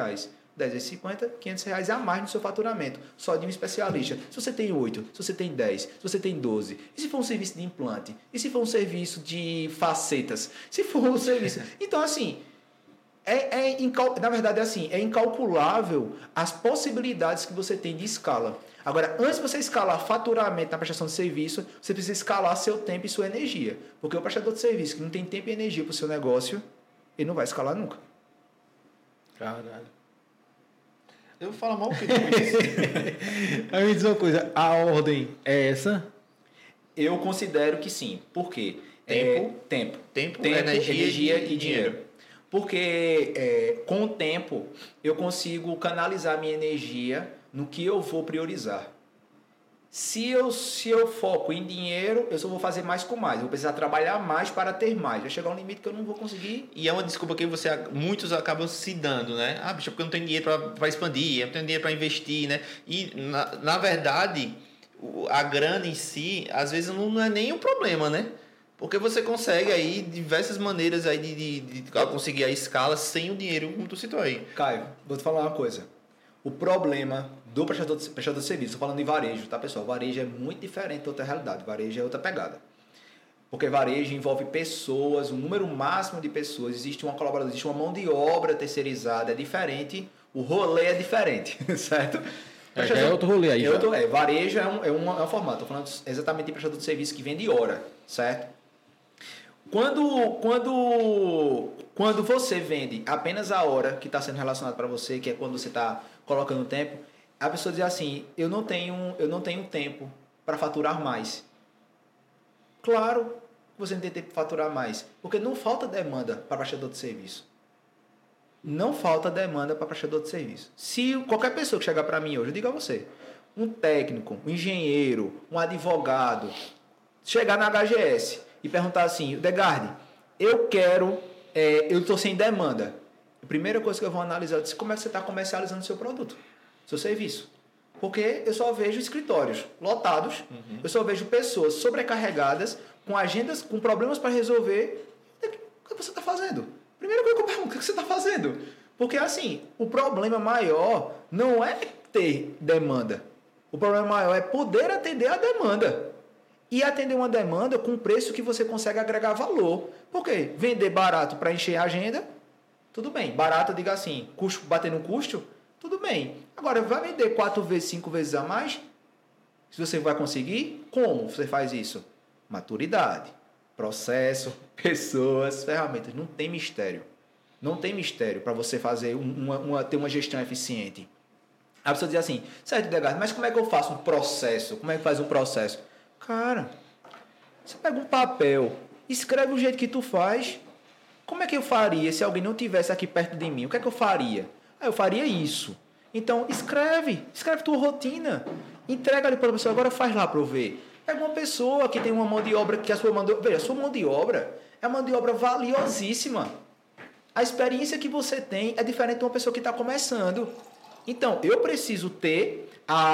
10 vezes 50, R$500 a mais no seu faturamento, só de um especialista. Se você tem 8, se você tem 10, se você tem 12, e se for um serviço de implante? E se for um serviço de facetas? Se for um serviço... Então, assim, na verdade, é assim, é incalculável as possibilidades que você tem de escala. Agora, antes de você escalar faturamento na prestação de serviço, você precisa escalar seu tempo e sua energia. Porque o prestador de serviço que não tem tempo e energia para o seu negócio, ele não vai escalar nunca. Caralho. Eu vou falar mal o que tu disse. Aí me diz uma coisa, a ordem é essa? Eu considero que sim. Por quê? Tempo, energia e dinheiro. Porque com o tempo eu consigo canalizar minha energia no que eu vou priorizar. Se eu foco em dinheiro, eu só vou fazer mais com mais. Eu vou precisar trabalhar mais para ter mais. Vai chegar um limite que eu não vou conseguir. E é uma desculpa que muitos acabam se dando, né? Ah, bicho, porque eu não tenho dinheiro para expandir, eu não tenho dinheiro para investir, né? E, na verdade, a grana em si, às vezes não é nem um problema, né? Porque você consegue aí diversas maneiras aí de conseguir a escala sem o dinheiro, como tu citou aí. Caio, vou te falar uma coisa. O problema do prestador de serviço, estou falando de varejo, tá, pessoal? Varejo é muito diferente da outra realidade. Varejo é outra pegada. Porque varejo envolve pessoas, um número máximo de pessoas. Existe uma colaboração, existe uma mão de obra terceirizada, é diferente. O rolê é diferente, certo? É outro rolê aí. Varejo é um formato. Estou falando exatamente de prestador de serviço que vende hora, certo? Quando você vende apenas a hora que está sendo relacionada para você, que é quando você está colocando tempo, a pessoa diz assim, eu não tenho tempo para faturar mais. Claro que você não tem tempo para faturar mais, porque não falta demanda para prestador de serviço. Não falta demanda para prestador de serviço. Se qualquer pessoa que chegar para mim hoje, eu digo a você, um técnico, um engenheiro, um advogado, chegar na HGS e perguntar assim, Degarde, eu estou sem demanda. A primeira coisa que eu vou analisar é como é que você está comercializando o seu produto, seu serviço. Porque eu só vejo escritórios lotados, eu só vejo pessoas sobrecarregadas, com agendas, com problemas para resolver. O que você está fazendo? Primeira coisa que eu pergunto, o que você está fazendo? Porque assim, o problema maior não é ter demanda. O problema maior é poder atender a demanda. E atender uma demanda com um preço que você consegue agregar valor. Por quê? Vender barato para encher a agenda, tudo bem. Barato, diga assim, custo, bater no custo, tudo bem. Agora, vai vender 4 vezes, 5 vezes a mais? Se você vai conseguir, como você faz isso? Maturidade, processo, pessoas, ferramentas. Não tem mistério. Não tem mistério para você fazer ter uma gestão eficiente. A pessoa diz assim, certo, Degarde, mas como é que eu faço um processo? Como é que faz um processo? Cara, você pega um papel, escreve o jeito que tu faz. Como é que eu faria se alguém não estivesse aqui perto de mim? O que é que eu faria? Eu faria isso. Então, escreve tua rotina. Entrega ali para a pessoa, agora faz lá para eu ver. Pega uma pessoa que tem uma mão de obra, que a sua mão de obra... Veja, a sua mão de obra é uma mão de obra valiosíssima. A experiência que você tem é diferente de uma pessoa que está começando. Então, eu preciso ter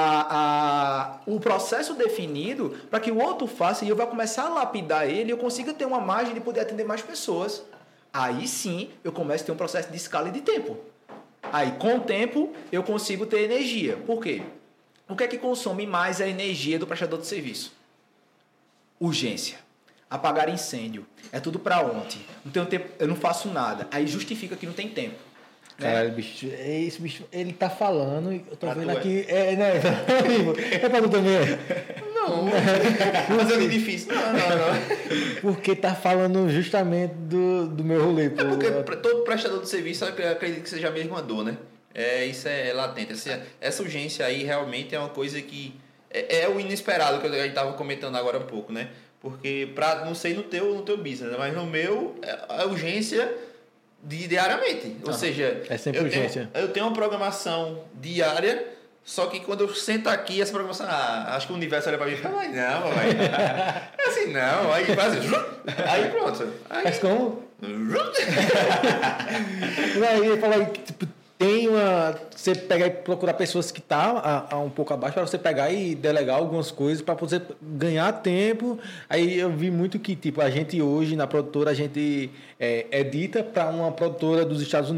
o processo definido para que o outro faça e eu vou começar a lapidar ele e eu consiga ter uma margem de poder atender mais pessoas. Aí sim, eu começo a ter um processo de escala e de tempo. Aí, com o tempo, eu consigo ter energia. Por quê? O que é que consome mais a energia do prestador de serviço? Urgência. Apagar incêndio. É tudo para ontem. Não tenho tempo, eu não faço nada. Aí justifica que não tem tempo. Caralho, bicho, esse bicho, ele tá falando, eu tô vendo aqui. É pra tu também. Não, mas é difícil. Não. Porque tá falando justamente do meu rolê. Pô. É porque todo prestador de serviço, eu acredito que seja a mesma dor, né? Isso é latente. Essa urgência aí realmente é uma coisa que é o inesperado que a gente tava comentando agora há pouco, né? Porque, não sei no teu business, mas no meu, a urgência diariamente. Ou seja, é sempre urgência. Eu tenho uma programação diária, só que quando eu sento aqui, essa programação, acho que o universo olha pra mim e fala, mas não, vai. É assim, não. Aí faz aí pronto. Aí, mas como? Aí ele fala que tipo, tem você pegar e procurar pessoas que tá um pouco abaixo para você pegar e delegar algumas coisas para você ganhar tempo. Aí eu vi muito que tipo a gente hoje na produtora a gente edita para uma produtora dos Estados Unidos.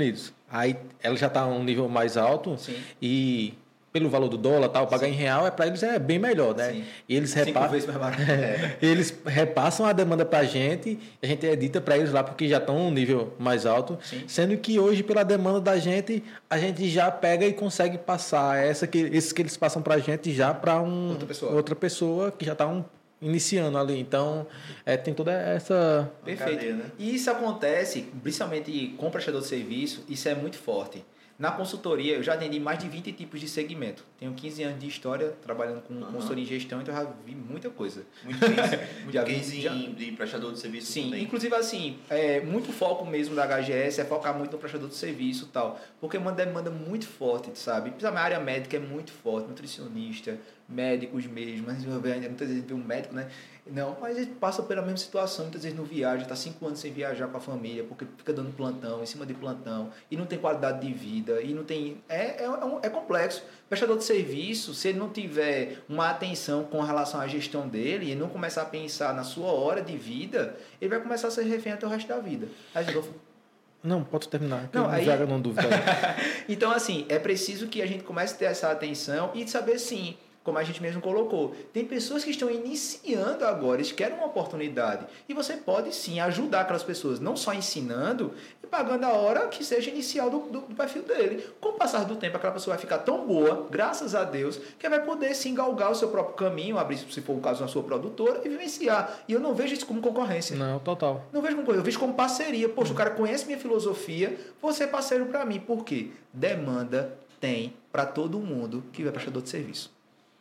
aí ela já está a um nível mais alto. Sim. E pelo valor do dólar, tal, pagar em real, para eles é bem melhor, né? Sim. E eles 5 vezes mais barato. eles repassam a demanda para a gente edita para eles lá, porque já estão um nível mais alto. Sim. Sendo que hoje, pela demanda da gente, a gente já pega e consegue passar esses que eles passam para a gente já para outra pessoa que já está iniciando ali. Então, tem toda essa... Perfeito. Cadeia, né? E isso acontece, principalmente com prestador de serviço, isso é muito forte. Na consultoria, eu já atendi mais de 20 tipos de segmento. Tenho 15 anos de história trabalhando com consultoria em gestão, então eu já vi muita coisa. Muito case de prestador de serviço. Sim, também. inclusive assim, muito foco mesmo da HGS é focar muito no prestador de serviço e tal, porque é uma demanda muito forte, sabe? Principalmente a área médica é muito forte, nutricionista, médicos mesmo, mas muitas vezes vê um médico, né? Não, mas ele passa pela mesma situação, muitas vezes não viaja, está 5 anos sem viajar com a família, porque fica dando plantão, em cima de plantão, e não tem qualidade de vida, e não tem... É complexo. O prestador de serviço, se ele não tiver uma atenção com relação à gestão dele, e não começar a pensar na sua hora de vida, ele vai começar a ser refém até o resto da vida. Aí eu vou... Não, pode terminar, que não, eu aí... não dúvida. Então, assim, é preciso que a gente comece a ter essa atenção e saber, sim, como a gente mesmo colocou, tem pessoas que estão iniciando agora, eles querem uma oportunidade. E você pode, sim, ajudar aquelas pessoas, não só ensinando e pagando a hora que seja inicial do perfil dele. Com o passar do tempo, aquela pessoa vai ficar tão boa, graças a Deus, que vai poder, sim, galgar o seu próprio caminho, abrir, se for o caso, na sua produtora e vivenciar. E eu não vejo isso como concorrência. Não, total. Não vejo como concorrência, eu vejo como parceria. Poxa, o cara conhece minha filosofia, você é parceiro para mim. Por quê? Demanda tem para todo mundo que é prestador de serviço.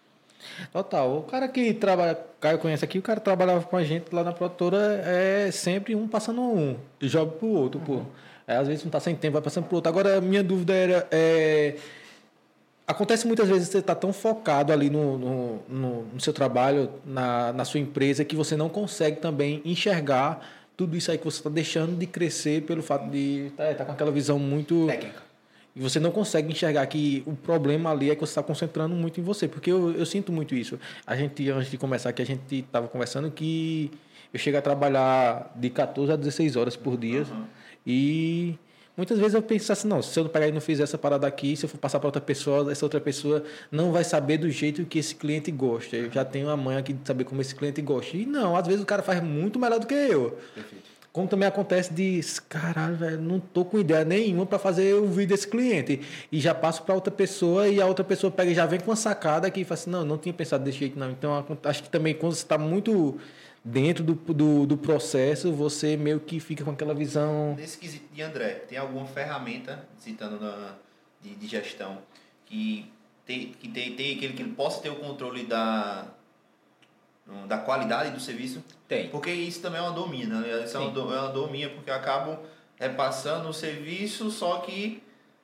Total. O cara que trabalha, o Caio conhece aqui, o cara trabalhava com a gente lá na produtora, é sempre um passando de job pro outro, pô. Às vezes não tá sem tempo, vai passando pro outro. Agora, a minha dúvida era... Acontece muitas vezes você tá tão focado ali no seu trabalho, na sua empresa, que você não consegue também enxergar tudo isso aí que você está deixando de crescer pelo fato de tá com aquela visão muito... técnica. E você não consegue enxergar que o problema ali é que você está concentrando muito em você. Porque eu sinto muito isso. Antes de começar aqui, a gente estava conversando que eu chego a trabalhar de 14 a 16 horas por dia. E muitas vezes eu penso assim, não, se eu não pegar e não fizer essa parada aqui, se eu for passar para outra pessoa, essa outra pessoa não vai saber do jeito que esse cliente gosta. Eu já tenho a manha aqui de saber como esse cliente gosta. E não, às vezes o cara faz muito melhor do que eu. Perfeito. Como também acontece de, caralho, velho, não tô com ideia nenhuma para fazer o vídeo desse cliente. E já passo para outra pessoa e a outra pessoa pega e já vem com uma sacada que fala assim, não tinha pensado desse jeito não. Então, acho que também quando você está muito dentro do processo, você meio que fica com aquela visão... Nesse quesito de André, tem alguma ferramenta, citando de gestão, que ele possa ter o controle da qualidade do serviço? Tem. Porque isso também é uma dor minha, né? Isso é uma dor minha, porque eu acabo repassando o serviço, só que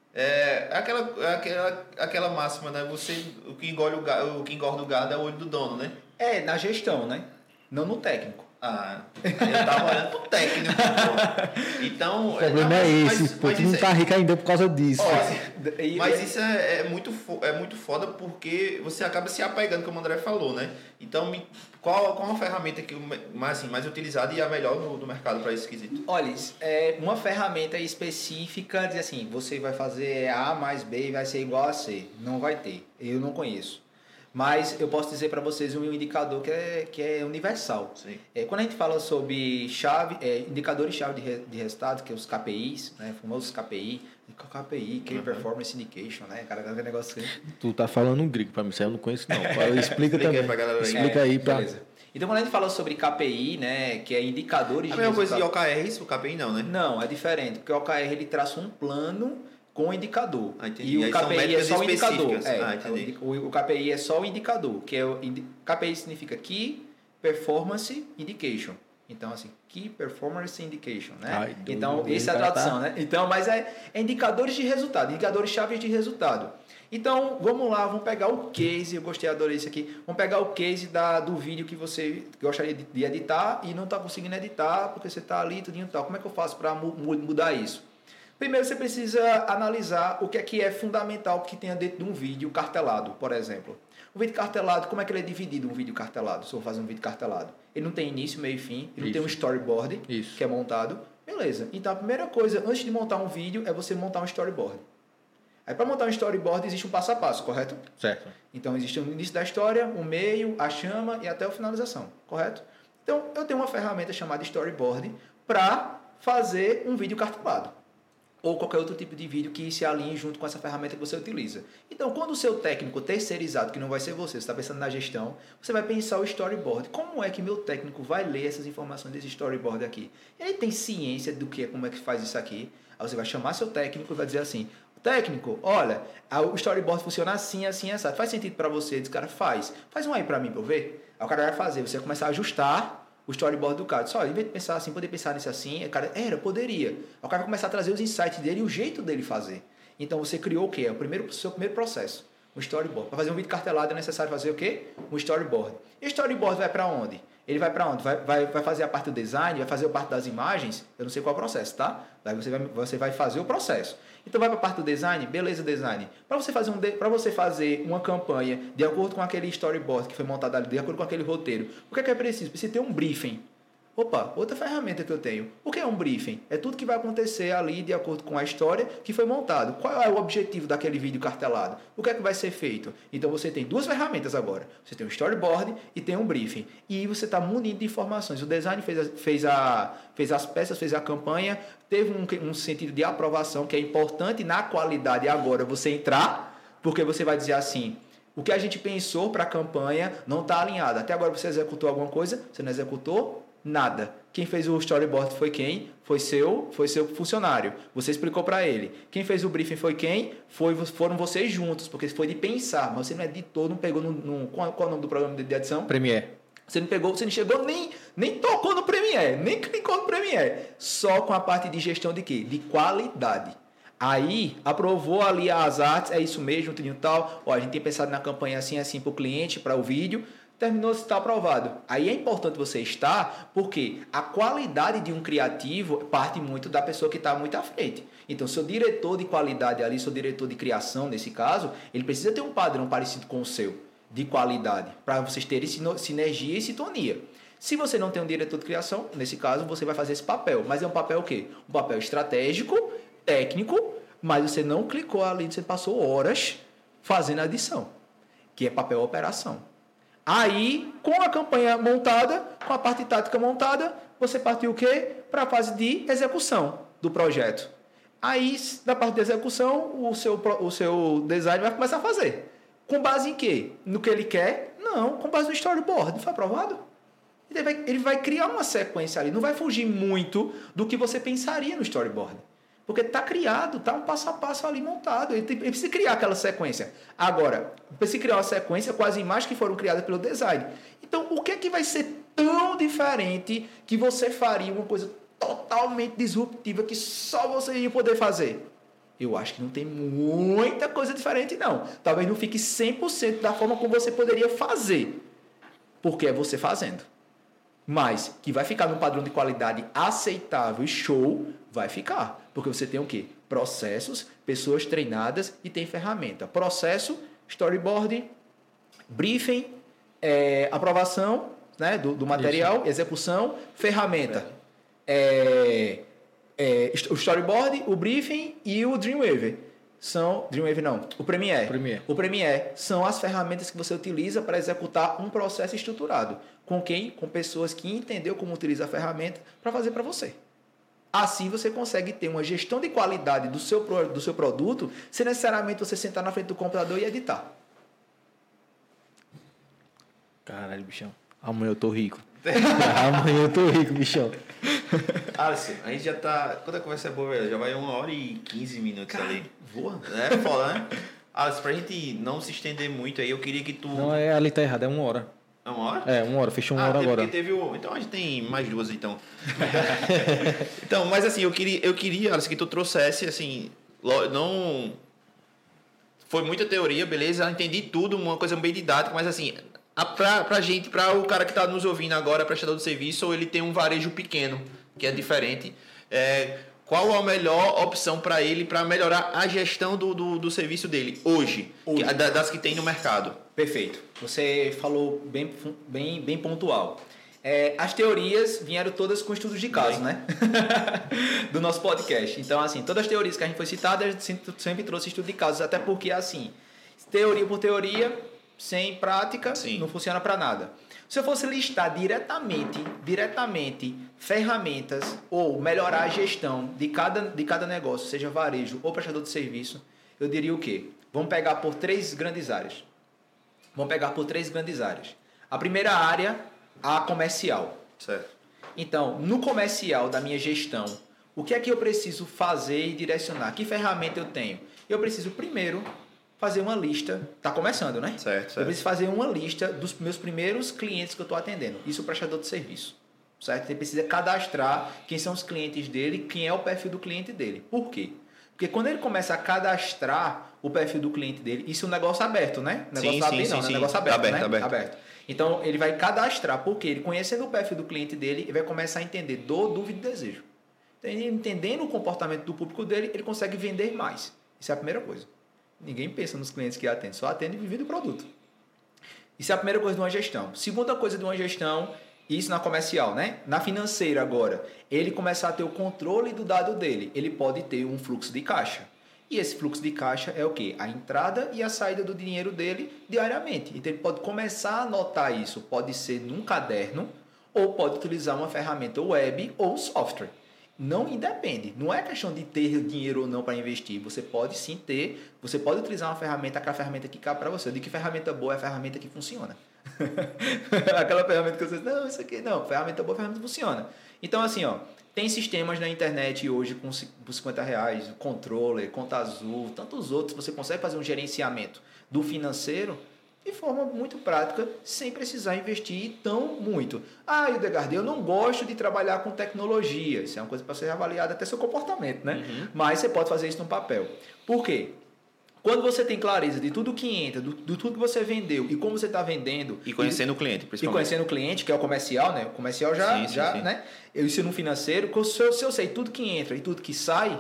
aquela máxima, né? O que engorda o gado é o olho do dono, né? Na gestão, né? Não no técnico. Eu tava olhando pro técnico. Então, o problema é esse, porque não tá rico ainda por causa disso. Mas isso é muito foda, porque você acaba se apegando, como o André falou, né? Então, qual a ferramenta que mais utilizada e a melhor do mercado para esse quesito? Olha, uma ferramenta específica, diz assim, você vai fazer A mais B e vai ser igual a C. Não vai ter. Eu não conheço. Mas eu posso dizer para vocês um indicador que é universal. Sim. Quando a gente fala sobre indicadores-chave de resultado, que é os KPIs, né, famosos KPI, Key Performance Indication, né, cara, aquele negócio assim. Tu tá falando um grego para mim, eu não conheço não. Explica também. Aí pra galera aí. Explica aí para... Beleza. Então, quando a gente fala sobre KPI, né, que é indicadores de resultado... A mesma coisa de resultado, OKR, isso, o KPI não, né? Não, é diferente, porque o OKR ele traça um plano com indicador. Entendi. E o Aí KPI é só o indicador. Entendi. O KPI é só o indicador, que KPI significa Key Performance Indication. Então, assim, Key Performance Indication, né? Então, essa é a tradução, né? Então, mas é indicadores de resultado, indicadores-chave de resultado. Então, vamos lá, vamos pegar o case, eu gostei, adorei isso aqui. Vamos pegar o case do vídeo que você gostaria de editar e não está conseguindo editar porque você está ali, tudinho e tal. Como é que eu faço para mudar isso? Primeiro, você precisa analisar o que é fundamental que tenha dentro de um vídeo cartelado, por exemplo. O vídeo cartelado, como é que ele é dividido, um vídeo cartelado? Se eu for fazer um vídeo cartelado. Ele não tem início, meio e fim. Ele não tem um storyboard que é montado. Beleza. Então, a primeira coisa, antes de montar um vídeo, é você montar um storyboard. Aí, para montar um storyboard, existe um passo a passo, correto? Certo. Então, existe o início da história, o meio, a chama e até a finalização, correto? Então, eu tenho uma ferramenta chamada storyboard para fazer um vídeo cartelado. Ou qualquer outro tipo de vídeo que se alinhe junto com essa ferramenta que você utiliza. Então, quando o seu técnico terceirizado, que não vai ser você está pensando na gestão, você vai pensar o storyboard. Como é que meu técnico vai ler essas informações desse storyboard aqui? Ele tem ciência do que é, como é que faz isso aqui. Aí você vai chamar seu técnico e vai dizer assim, técnico, olha, o storyboard funciona assim, assim, assim. Faz sentido para você? Diz, cara, faz. Faz um aí para mim, para eu ver. Aí o cara vai fazer, você vai começar a ajustar o storyboard do cara. Diz, olha, em vez de pensar assim, poder pensar nisso assim, cara, eu poderia. Aí o cara vai começar a trazer os insights dele e o jeito dele fazer. Então você criou o quê? É o seu primeiro processo, um storyboard. Para fazer um vídeo cartelado é necessário fazer o quê? Um storyboard. E o storyboard vai para onde? Ele vai para onde? Vai fazer a parte do design, vai fazer a parte das imagens, eu não sei qual é o processo, tá? Daí você vai fazer o processo. Então vai para a parte do design, beleza, design. Para você fazer uma campanha de acordo com aquele storyboard que foi montado ali, de acordo com aquele roteiro, o que é preciso? Precisa ter um briefing. Opa, outra ferramenta que eu tenho. O que é um briefing? É tudo que vai acontecer ali de acordo com a história que foi montado. Qual é o objetivo daquele vídeo cartelado? O que é que vai ser feito? Então você tem duas ferramentas agora. Você tem um storyboard e tem um briefing. E você está munido de informações. O design fez as peças, fez a campanha, teve um sentido de aprovação que é importante na qualidade agora você entrar, porque você vai dizer assim, o que a gente pensou para a campanha não está alinhado. Até agora você executou alguma coisa, você não executou nada. Quem fez o storyboard foi quem? Foi seu funcionário. Você explicou para ele. Quem fez o briefing foi quem? Foram vocês juntos, porque foi de pensar, mas você não editou, não pegou qual é o nome do programa de edição? Premiere. Você não chegou nem tocou no Premiere, nem clicou no Premiere. Só com a parte de gestão de quê? De qualidade. Aí, aprovou ali as artes, é isso mesmo, tudo tal. Ó, a gente tem pensado na campanha assim para o cliente, para o vídeo. Terminou, se está aprovado. Aí é importante você estar, porque a qualidade de um criativo parte muito da pessoa que está muito à frente. Então, seu diretor de qualidade ali, seu diretor de criação, nesse caso, ele precisa ter um padrão parecido com o seu, de qualidade, para vocês terem sinergia e sintonia. Se você não tem um diretor de criação, nesse caso, você vai fazer esse papel. Mas é um papel o quê? Um papel estratégico, técnico, mas você não clicou ali, você passou horas fazendo a edição, que é papel operação. Aí, com a campanha montada, com a parte tática montada, você partiu o quê? Para a fase de execução do projeto. Aí, na parte de execução, o seu design vai começar a fazer. Com base em quê? No que ele quer? Não, com base no storyboard. Não foi aprovado? Ele vai criar uma sequência ali. Não vai fugir muito do que você pensaria no storyboard. Porque está criado, está um passo a passo ali montado. Ele precisa criar aquela sequência. Agora, precisa criar uma sequência com as imagens que foram criadas pelo design. Então, o que é que vai ser tão diferente que você faria uma coisa totalmente disruptiva que só você ia poder fazer? Eu acho que não tem muita coisa diferente, não. Talvez não fique 100% da forma como você poderia fazer. Porque é você fazendo. Mas que vai ficar num padrão de qualidade aceitável e show, vai ficar. Porque você tem o quê? Processos, pessoas treinadas e tem ferramenta. Processo, storyboard, briefing, aprovação, né, do material, isso. Execução, ferramenta. O storyboard, o briefing e o Dreamweaver. O Premiere. O Premiere são as ferramentas que você utiliza para executar um processo estruturado. Com quem? Com pessoas que entenderam como utilizar a ferramenta para fazer para você. Assim você consegue ter uma gestão de qualidade do seu produto sem necessariamente você sentar na frente do computador e editar. Caralho, bichão. Amanhã eu tô rico. Amanhã eu tô rico, bichão. Alisson, a gente já tá... Quando a conversa é boa, velho, já vai 1h15 minutos. Cara, ali. Voa. É foda, né? Alisson, pra gente não se estender muito aí, eu queria que tu... Não, ali tá errado, é 1 hora. É 1 hora? É, 1 hora, fechou 1 hora agora. Então a gente tem mais 2, então. Então, mas assim, eu queria, Alisson, que tu trouxesse, assim, não... Foi muita teoria, beleza? Eu entendi tudo, uma coisa bem didática, mas assim... Pra o cara que está nos ouvindo agora, prestador de serviço, ou ele tem um varejo pequeno, que é diferente. qual a melhor opção para ele para melhorar a gestão do serviço dele hoje. Das que tem no mercado? Perfeito. Você falou bem pontual. As teorias vieram todas com estudos de caso, né? Do nosso podcast. Então, assim, todas as teorias que a gente foi citada, a gente sempre trouxe estudo de casos, até porque, assim, teoria por teoria, sem prática, não funciona para nada. Se eu fosse listar diretamente ferramentas ou melhorar a gestão de cada negócio, seja varejo ou prestador de serviço, eu diria o quê? Vamos pegar por três grandes áreas. A primeira área, a comercial. Certo. Então, no comercial da minha gestão, o que é que eu preciso fazer e direcionar? Que ferramenta eu tenho? Eu preciso primeiro fazer uma lista. Está começando, né? Certo. Eu preciso fazer uma lista dos meus primeiros clientes que eu estou atendendo. Isso é o prestador de serviço. Certo? Ele precisa cadastrar quem são os clientes dele, quem é o perfil do cliente dele. Por quê? Porque quando ele começa a cadastrar o perfil do cliente dele, isso é um negócio aberto, né? Negócio negócio aberto. Então, ele vai cadastrar, porque ele conhecendo o perfil do cliente dele, ele vai começar a entender dor, dúvida e desejo. Então, ele entendendo o comportamento do público dele, ele consegue vender mais. Isso é a primeira coisa. Ninguém pensa nos clientes que atende, só atende vivendo o produto. Isso é a primeira coisa de uma gestão. Segunda coisa de uma gestão, isso na comercial, né? Na financeira agora, ele começar a ter o controle do dado dele. Ele pode ter um fluxo de caixa. E esse fluxo de caixa é o quê? A entrada e a saída do dinheiro dele diariamente. Então ele pode começar a anotar isso. Pode ser num caderno ou pode utilizar uma ferramenta web ou um software. Não independe. Não é questão de ter dinheiro ou não para investir. Você pode sim ter. Você pode utilizar uma ferramenta, aquela ferramenta que cabe para você. De que ferramenta boa é a ferramenta que funciona. Aquela ferramenta que você diz, não, isso aqui não. Ferramenta boa, ferramenta que funciona. Então assim, ó. Tem sistemas na internet hoje por R$50, controller, conta azul, tantos outros. Você consegue fazer um gerenciamento do financeiro de forma muito prática, sem precisar investir tão muito. Hildegarde, eu não gosto de trabalhar com tecnologia. Isso é uma coisa para ser avaliada até seu comportamento, né? Uhum. Mas você pode fazer isso no papel. Por quê? Quando você tem clareza de tudo que entra, de tudo que você vendeu e como você está vendendo... E conhecendo o cliente, principalmente. E conhecendo o cliente, que é o comercial, né? O comercial sim. Né? Eu ensino um financeiro, se eu sei tudo que entra e tudo que sai,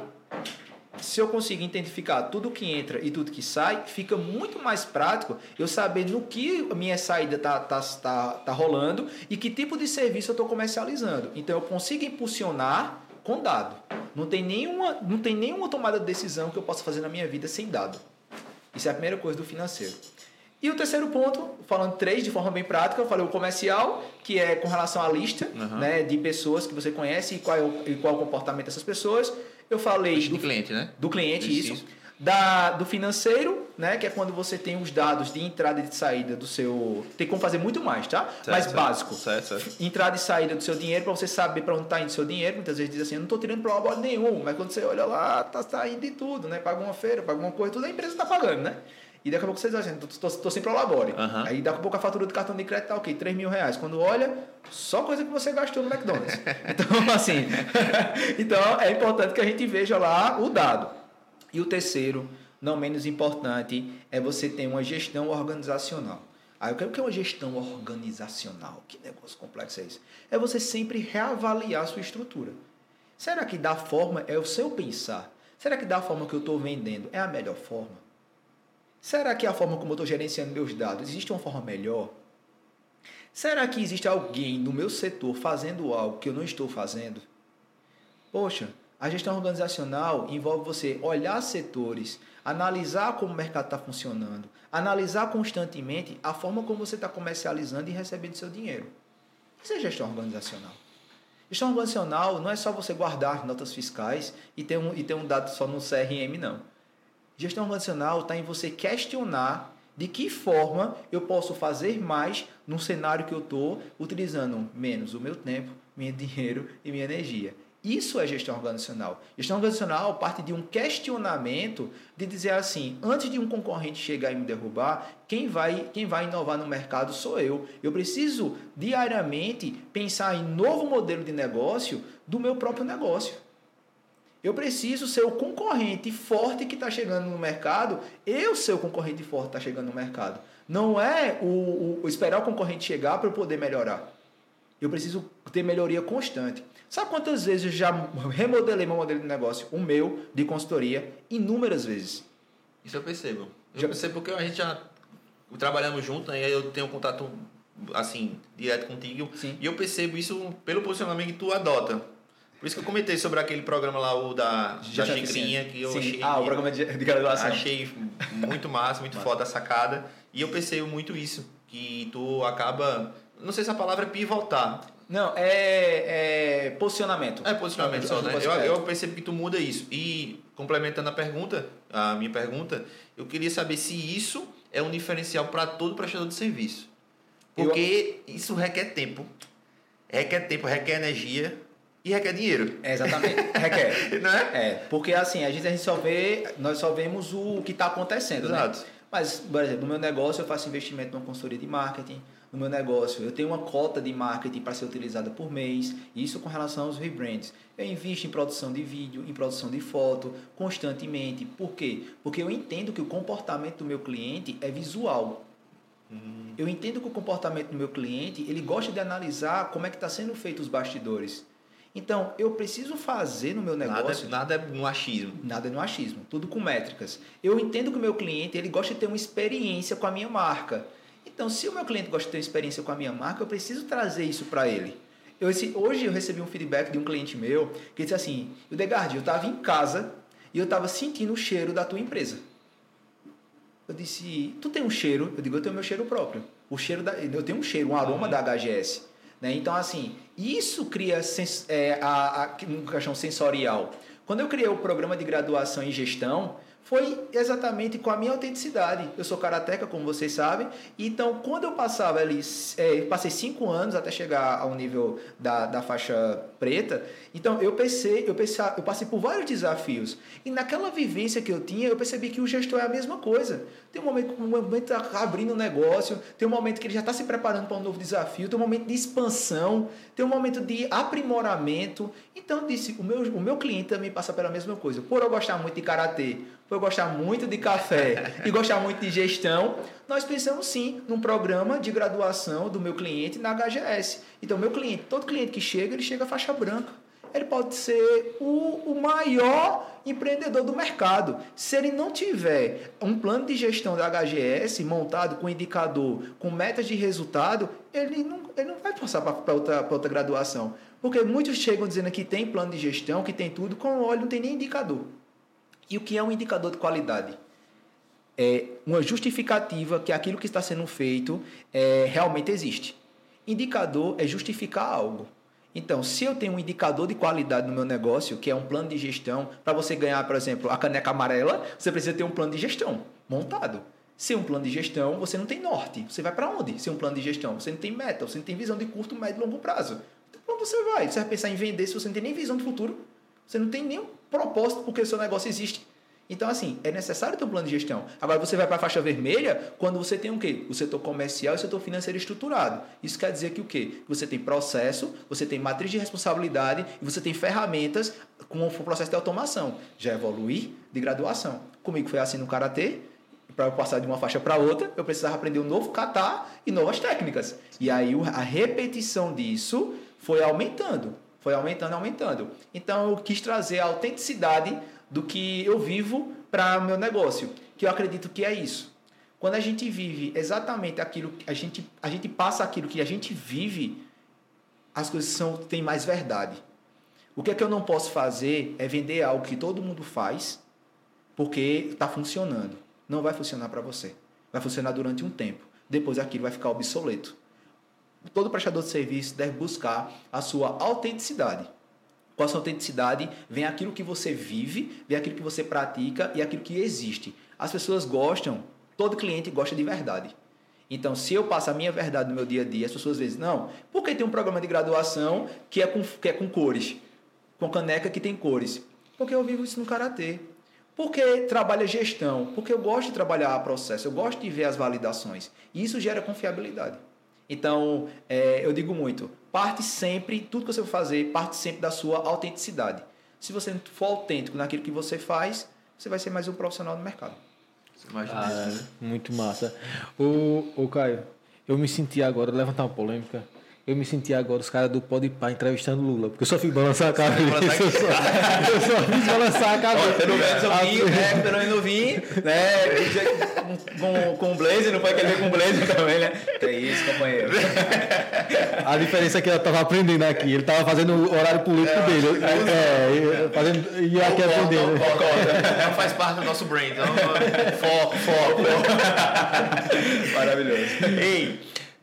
se eu conseguir identificar tudo que entra e tudo que sai, fica muito mais prático eu saber no que a minha saída tá rolando e que tipo de serviço eu estou comercializando. Então, eu consigo impulsionar com dado. Não tem nenhuma tomada de decisão que eu possa fazer na minha vida sem dado. Isso é a primeira coisa do financeiro. E o terceiro ponto, falando três de forma bem prática, eu falei o comercial, que é com relação à lista, né, de pessoas que você conhece e qual é o comportamento dessas pessoas. Eu falei do cliente, né? Do cliente, isso. Do financeiro, né, que é quando você tem os dados de entrada e de saída do seu... Tem como fazer muito mais, tá? Mais básico. Certo. Entrada e saída do seu dinheiro, para você saber para onde está indo o seu dinheiro. Muitas vezes diz assim, eu não estou tirando problema nenhum, mas quando você olha lá, está saindo de tudo, né? Paga uma feira, paga uma coisa, tudo a empresa está pagando, né? E daqui a pouco você diz assim, estou sem prolabore. Aí daqui a pouco a fatura do cartão de crédito está o quê? R$3.000. Quando olha, só coisa que você gastou no McDonald's. Então, assim... então, é importante que a gente veja lá o dado. E o terceiro, não menos importante, é você ter uma gestão organizacional. O que é uma gestão organizacional? Que negócio complexo é isso? É você sempre reavaliar a sua estrutura. Será que da forma é o seu pensar? Será que da forma que eu estou vendendo é a melhor forma? Será que a forma como eu estou gerenciando meus dados, existe uma forma melhor? Será que existe alguém no meu setor fazendo algo que eu não estou fazendo? Poxa, a gestão organizacional envolve você olhar setores, analisar como o mercado está funcionando, analisar constantemente a forma como você está comercializando e recebendo seu dinheiro. Isso é gestão organizacional. Gestão organizacional não é só você guardar notas fiscais e ter um dado só no CRM, não. Gestão organizacional está em você questionar de que forma eu posso fazer mais num cenário que eu estou utilizando menos o meu tempo, meu dinheiro e minha energia. Isso é gestão organizacional. Gestão organizacional parte de um questionamento de dizer assim, antes de um concorrente chegar e me derrubar, quem vai inovar no mercado sou eu. Eu preciso diariamente pensar em novo modelo de negócio do meu próprio negócio. Eu preciso ser o concorrente forte que está chegando no mercado. Eu ser o concorrente forte que está chegando no mercado. Não é esperar o concorrente chegar para eu poder melhorar. Eu preciso ter melhoria constante. Sabe quantas vezes eu já remodelei meu modelo de negócio, o meu, de consultoria, inúmeras vezes? Isso eu percebo. Eu percebo porque a gente já trabalhamos junto, né? Eu tenho um contato, assim, direto contigo. Sim. E eu percebo isso pelo posicionamento que tu adota. Por isso que eu comentei sobre aquele programa lá, o da xicrinha, que eu achei... o programa de graduação. Achei muito massa, muito foda a sacada. E eu percebo muito isso, que tu acaba... Não sei se a palavra é pivotar. Não, é posicionamento. É posicionamento só, né? Eu percebo que tu muda isso. E, complementando a minha pergunta, eu queria saber se isso é um diferencial para todo prestador de serviço. Porque isso requer tempo. Requer energia e requer dinheiro. Exatamente, requer. Não é? Porque assim, nós só vemos o que está acontecendo, Exato. né? Mas, por exemplo, no meu negócio eu faço investimento numa consultoria de marketing. No meu negócio eu tenho uma cota de marketing para ser utilizada por mês. Isso com relação aos rebrands. Eu invisto em produção de vídeo, em produção de foto, constantemente. Por quê? Porque eu entendo que o comportamento do meu cliente é visual. Eu entendo que o comportamento do meu cliente, ele gosta de analisar como é que está sendo feito os bastidores. Então, eu preciso fazer no meu negócio... Nada é no achismo. Nada é no achismo, tudo com métricas. Eu entendo que o meu cliente, ele gosta de ter uma experiência com a minha marca. Então, se o meu cliente gosta de ter uma experiência com a minha marca, eu preciso trazer isso para ele. Hoje eu recebi um feedback de um cliente meu, que disse assim, Eudegard, eu estava em casa e eu estava sentindo o cheiro da tua empresa. Eu disse, tu tem um cheiro? Eu digo, eu tenho meu cheiro próprio. Eu tenho um cheiro, um aroma da HGS. Né? Então, assim, isso cria uma questão sensorial. Quando eu criei o programa de graduação em gestão, foi exatamente com a minha autenticidade. Eu sou karateca, como vocês sabem. Então, quando eu passava ali, passei 5 anos até chegar ao nível da faixa preta. Então, eu passei por vários desafios. E naquela vivência que eu tinha, eu percebi que o gestor é a mesma coisa. Tem um momento que está abrindo um negócio, tem um momento que ele já está se preparando para um novo desafio, tem um momento de expansão, tem um momento de aprimoramento. Então, eu disse, o meu cliente também passa pela mesma coisa. Por eu gostar muito de karatê, por eu gostar muito de café e gostar muito de gestão, nós pensamos sim num programa de graduação do meu cliente na HGS. Então, meu cliente, todo cliente que chega, ele chega faixa branca. Ele pode ser o maior empreendedor do mercado. Se ele não tiver um plano de gestão da HGS montado com indicador, com metas de resultado, ele não vai passar para outra graduação. Porque muitos chegam dizendo que tem plano de gestão, que tem tudo, quando olha não tem nem indicador. E o que é um indicador de qualidade? É uma justificativa que aquilo que está sendo feito realmente existe. Indicador é justificar algo. Então, se eu tenho um indicador de qualidade no meu negócio, que é um plano de gestão, para você ganhar, por exemplo, a caneca amarela, você precisa ter um plano de gestão montado. Sem um plano de gestão, você não tem norte. Você vai para onde? Sem um plano de gestão, você não tem meta, você não tem visão de curto, médio e longo prazo. Então, para onde você vai? Você vai pensar em vender se você não tem nem visão de futuro? Você não tem nenhum propósito porque o seu negócio existe. Então, assim, é necessário ter um plano de gestão. Agora, você vai para a faixa vermelha quando você tem o quê? O setor comercial e o setor financeiro estruturado. Isso quer dizer que o quê? Você tem processo, você tem matriz de responsabilidade e você tem ferramentas com o processo de automação. Já evoluir de graduação. Comigo foi assim no Karatê. Para eu passar de uma faixa para outra, eu precisava aprender um novo kata e novas técnicas. E aí, a repetição disso foi aumentando. Foi aumentando. Então, eu quis trazer a autenticidade do que eu vivo para o meu negócio, que eu acredito que é isso. Quando a gente vive exatamente aquilo, a gente passa aquilo que a gente vive, as coisas têm mais verdade. O que é que eu não posso fazer é vender algo que todo mundo faz porque está funcionando. Não vai funcionar para você. Vai funcionar durante um tempo. Depois aquilo vai ficar obsoleto. Todo prestador de serviço deve buscar a sua autenticidade. Com a sua autenticidade vem aquilo que você vive, vem aquilo que você pratica e aquilo que existe. As pessoas gostam, todo cliente gosta de verdade. Então, se eu passo a minha verdade no meu dia a dia, as pessoas dizem, não, por que tem um programa de graduação que é com cores? Com caneca que tem cores? Porque eu vivo isso no Karatê. Porque trabalha gestão? Porque eu gosto de trabalhar processo, eu gosto de ver as validações. E isso gera confiabilidade. Então, eu digo muito, tudo que você for fazer, parte sempre da sua autenticidade. Se você não for autêntico naquilo que você faz, você vai ser mais um profissional do mercado. Muito massa. Ô Caio, eu me senti agora, levantar uma polêmica, Eu me senti agora os caras do Podpah entrevistando Lula, porque eu só fico balançar a cabeça. Eu só fiz balançar a cabeça. Pelo menos eu vim, né? Pelo menos eu vim, né? Com o blazer, não pode querer com o blazer também, né? É isso, companheiro. A diferença é que eu tava aprendendo aqui. Ele tava fazendo o horário político dele. E eu aqui aprendendo. Não faz parte do nosso brain. Então, foco. Maravilhoso. Ei,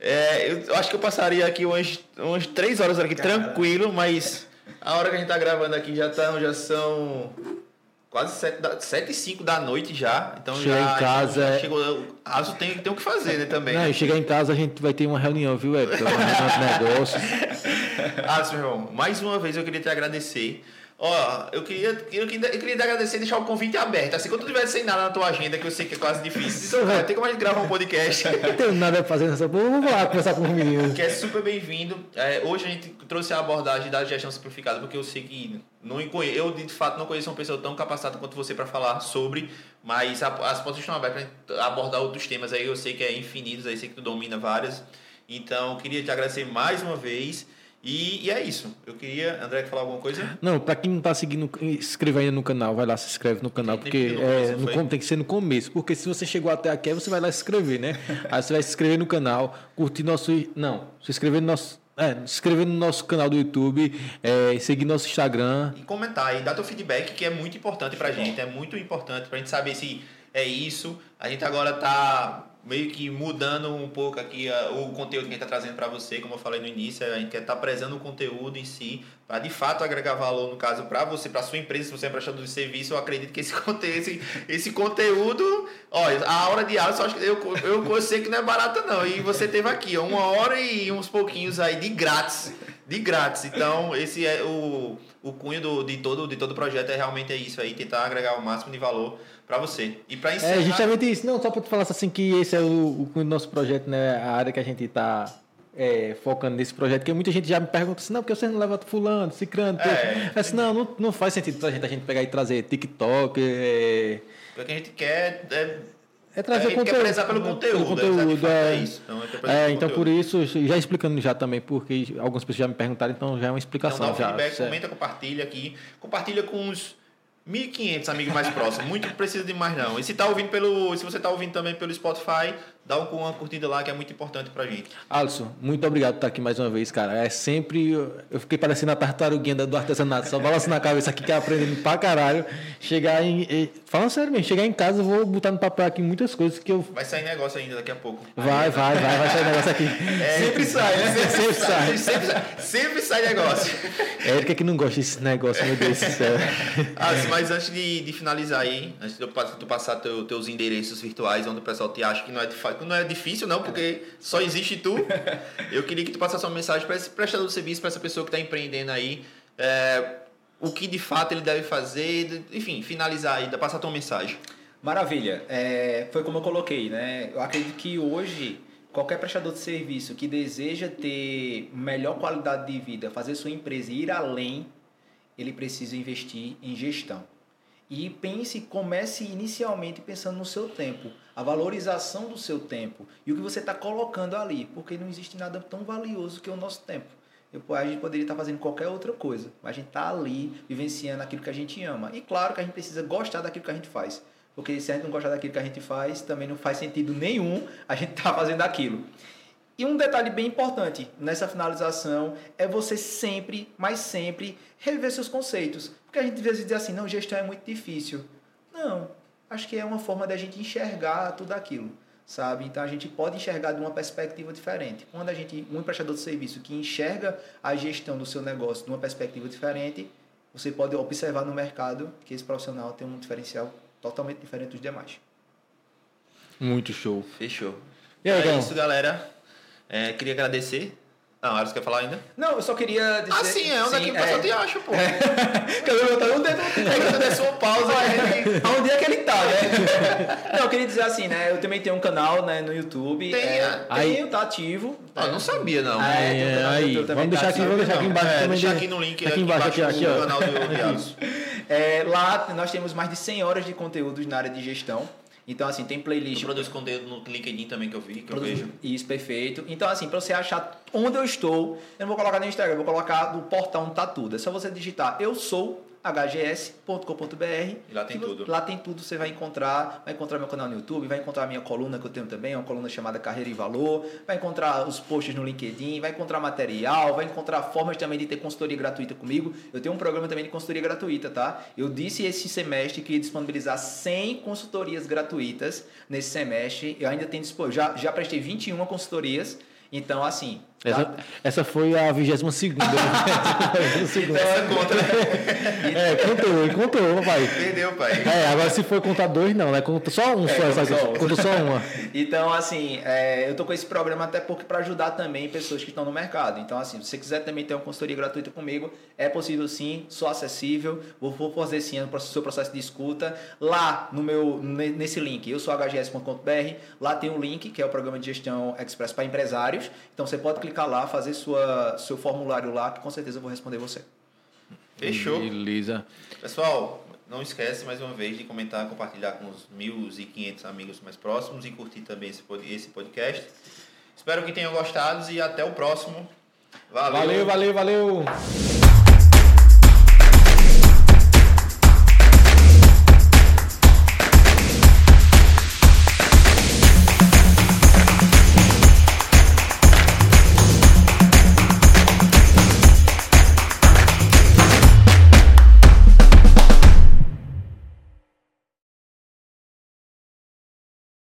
eu acho que eu passaria aqui umas 3 horas aqui, tranquilo, mas a hora que a gente tá gravando aqui já são quase 7h05 da noite já. Então chegar em casa. Chegou. Alisson tem o que fazer, né, também. Não, né? e chegar em casa a gente vai ter uma reunião, viu, Everton? Uma reunião de negócios. Alisson, meu irmão, mais uma vez eu queria te agradecer. Ó, eu queria te agradecer e deixar o convite aberto. Assim, quando tu tiver sem nada na tua agenda, que eu sei que é quase difícil, tem como a gente gravar um podcast. Não tenho nada a fazer nessa porra. Vamos lá conversar com os meninos. Que é super bem-vindo. Hoje a gente trouxe a abordagem da gestão simplificada, porque eu sei que eu de fato não conheço uma pessoa tão capacitada quanto você para falar sobre, mas as portas estão abertas para abordar outros temas aí. Eu sei que é infinitos, aí sei que tu domina várias. Então, eu queria te agradecer mais uma vez. E é isso. Eu queria... André, quer falar alguma coisa? Não, para quem não está seguindo, inscreva ainda no canal. Vai lá, se inscreve no canal, porque tem que ser no começo. Porque se você chegou até aqui, você vai lá se inscrever, né? Aí você vai se inscrever no canal, curtir nosso... Não, se inscrever no nosso... se inscrever no nosso canal do YouTube, seguir nosso Instagram. E comentar, e dar teu feedback, que é muito importante pra gente. É muito importante pra gente saber se é isso. A gente agora tá meio que mudando um pouco aqui o conteúdo que a gente está trazendo para você, como eu falei no início, a gente quer estar prezando o conteúdo em si, para de fato agregar valor, no caso, para você, para sua empresa, se você é prestador de serviço. Eu acredito que esse conteúdo, olha, a hora de aula, eu sei que não é barata não, e você teve aqui, 1 hora e uns pouquinhos aí de grátis, então esse é o cunho de todo o projeto, realmente isso aí, tentar agregar o máximo de valor para você. E para encerrar... justamente isso. Não, só para te falar assim que esse é o nosso projeto, né? A área que a gente está focando nesse projeto, porque muita gente já me pergunta assim, não, porque você não leva fulano, cicrano... Assim, não faz sentido pra gente pegar e trazer TikTok... Porque a gente quer... trazer a gente quer prezar pelo conteúdo. Isso. Então por isso, já explicando já também, porque algumas pessoas já me perguntaram, então já é uma explicação. Então dá um feedback, comenta, compartilha aqui. Compartilha com os 1.500 amigos mais próximos. Muito não precisa de mais não. E se você está ouvindo também pelo Spotify, dá uma curtida lá, que é muito importante pra gente. Alisson, muito obrigado por estar aqui mais uma vez, cara. É sempre... Eu fiquei parecendo a tartaruguinha do artesanato, só balançando na cabeça aqui, que é aprendendo pra caralho. Falando sério mesmo, chegar em casa, eu vou botar no papel aqui muitas coisas que eu... Vai sair negócio ainda daqui a pouco. Vai sair negócio aqui. Sempre sai, né? Sempre sai negócio. Érica que não gosta desse negócio, meu Deus do céu. Mas antes de finalizar aí, antes de tu passar teus endereços virtuais, onde o pessoal te acha que não é difícil, não, porque só existe tu. Eu queria que tu passasse uma mensagem para esse prestador de serviço, para essa pessoa que está empreendendo aí, o que de fato ele deve fazer, enfim, finalizar aí, passar a tua mensagem. Maravilha. Foi como eu coloquei, né? Eu acredito que hoje qualquer prestador de serviço que deseja ter melhor qualidade de vida, fazer sua empresa ir além, ele precisa investir em gestão. E comece inicialmente pensando no seu tempo, a valorização do seu tempo e o que você está colocando ali, porque não existe nada tão valioso que o nosso tempo. A gente poderia estar fazendo qualquer outra coisa, mas a gente está ali vivenciando aquilo que a gente ama. E claro que a gente precisa gostar daquilo que a gente faz, porque se a gente não gostar daquilo que a gente faz, também não faz sentido nenhum a gente estar fazendo aquilo. E um detalhe bem importante nessa finalização é você sempre, mas sempre, rever seus conceitos. Porque a gente às vezes diz assim, não, gestão é muito difícil. Não, acho que é uma forma de a gente enxergar tudo aquilo, sabe? Então a gente pode enxergar de uma perspectiva diferente. Quando um emprestador de serviço que enxerga a gestão do seu negócio de uma perspectiva diferente, você pode observar no mercado que esse profissional tem um diferencial totalmente diferente dos demais. Muito show. Fechou. E aí, é isso, galera. Queria agradecer. Não, Alisson quer falar ainda? Não, eu só queria dizer... Ah, sim, onde é que o pessoal te acha, pô? Cadê meu dedo? Eu desse uma pausa. Aonde é que ele tá, né? Não, eu queria dizer assim, né? Eu também tenho um canal, né, no YouTube. Tá ativo. Não sabia, não. Tem um canal aí. Vamos deixar aqui embaixo também. Deixar aqui no link, aqui embaixo no canal do Alisson. Lá nós temos mais de 100 horas de conteúdos na área de gestão. Então, assim, tem playlist... Tu produz conteúdo no LinkedIn também que eu vi, que eu vejo. Isso, perfeito. Então, assim, para você achar onde eu estou, eu não vou colocar no Instagram, eu vou colocar no portal onde tá tudo. É só você digitar eu sou hgs.com.br e lá tem tudo. Lá tem tudo, você vai encontrar meu canal no YouTube, vai encontrar a minha coluna que eu tenho também, uma coluna chamada Carreira e Valor, vai encontrar os posts no LinkedIn, vai encontrar material, vai encontrar formas também de ter consultoria gratuita comigo. Eu tenho um programa também de consultoria gratuita, tá? Eu disse esse semestre que ia disponibilizar 100 consultorias gratuitas nesse semestre. Eu ainda tenho já prestei 21 consultorias. Então, assim... Essa foi a 22ª. Essa conta. Contou, papai. Perdeu, pai. Agora se for contar 2, não, né? Conta só um, conta só uma. Então, assim, eu tô com esse programa até porque para ajudar também pessoas que estão no mercado. Então, assim, se você quiser também ter uma consultoria gratuita comigo, é possível sim, sou acessível, vou fazer sim o seu processo de escuta. Lá nesse link, eu sou hgs.com.br, lá tem um link que é o programa de gestão express para empresários. Então, você pode clicar lá, fazer seu formulário lá, que com certeza eu vou responder você. Fechou. Beleza. Pessoal, não esquece mais uma vez de comentar, compartilhar com os 1.500 amigos mais próximos e curtir também esse podcast. Espero que tenham gostado e até o próximo. Valeu.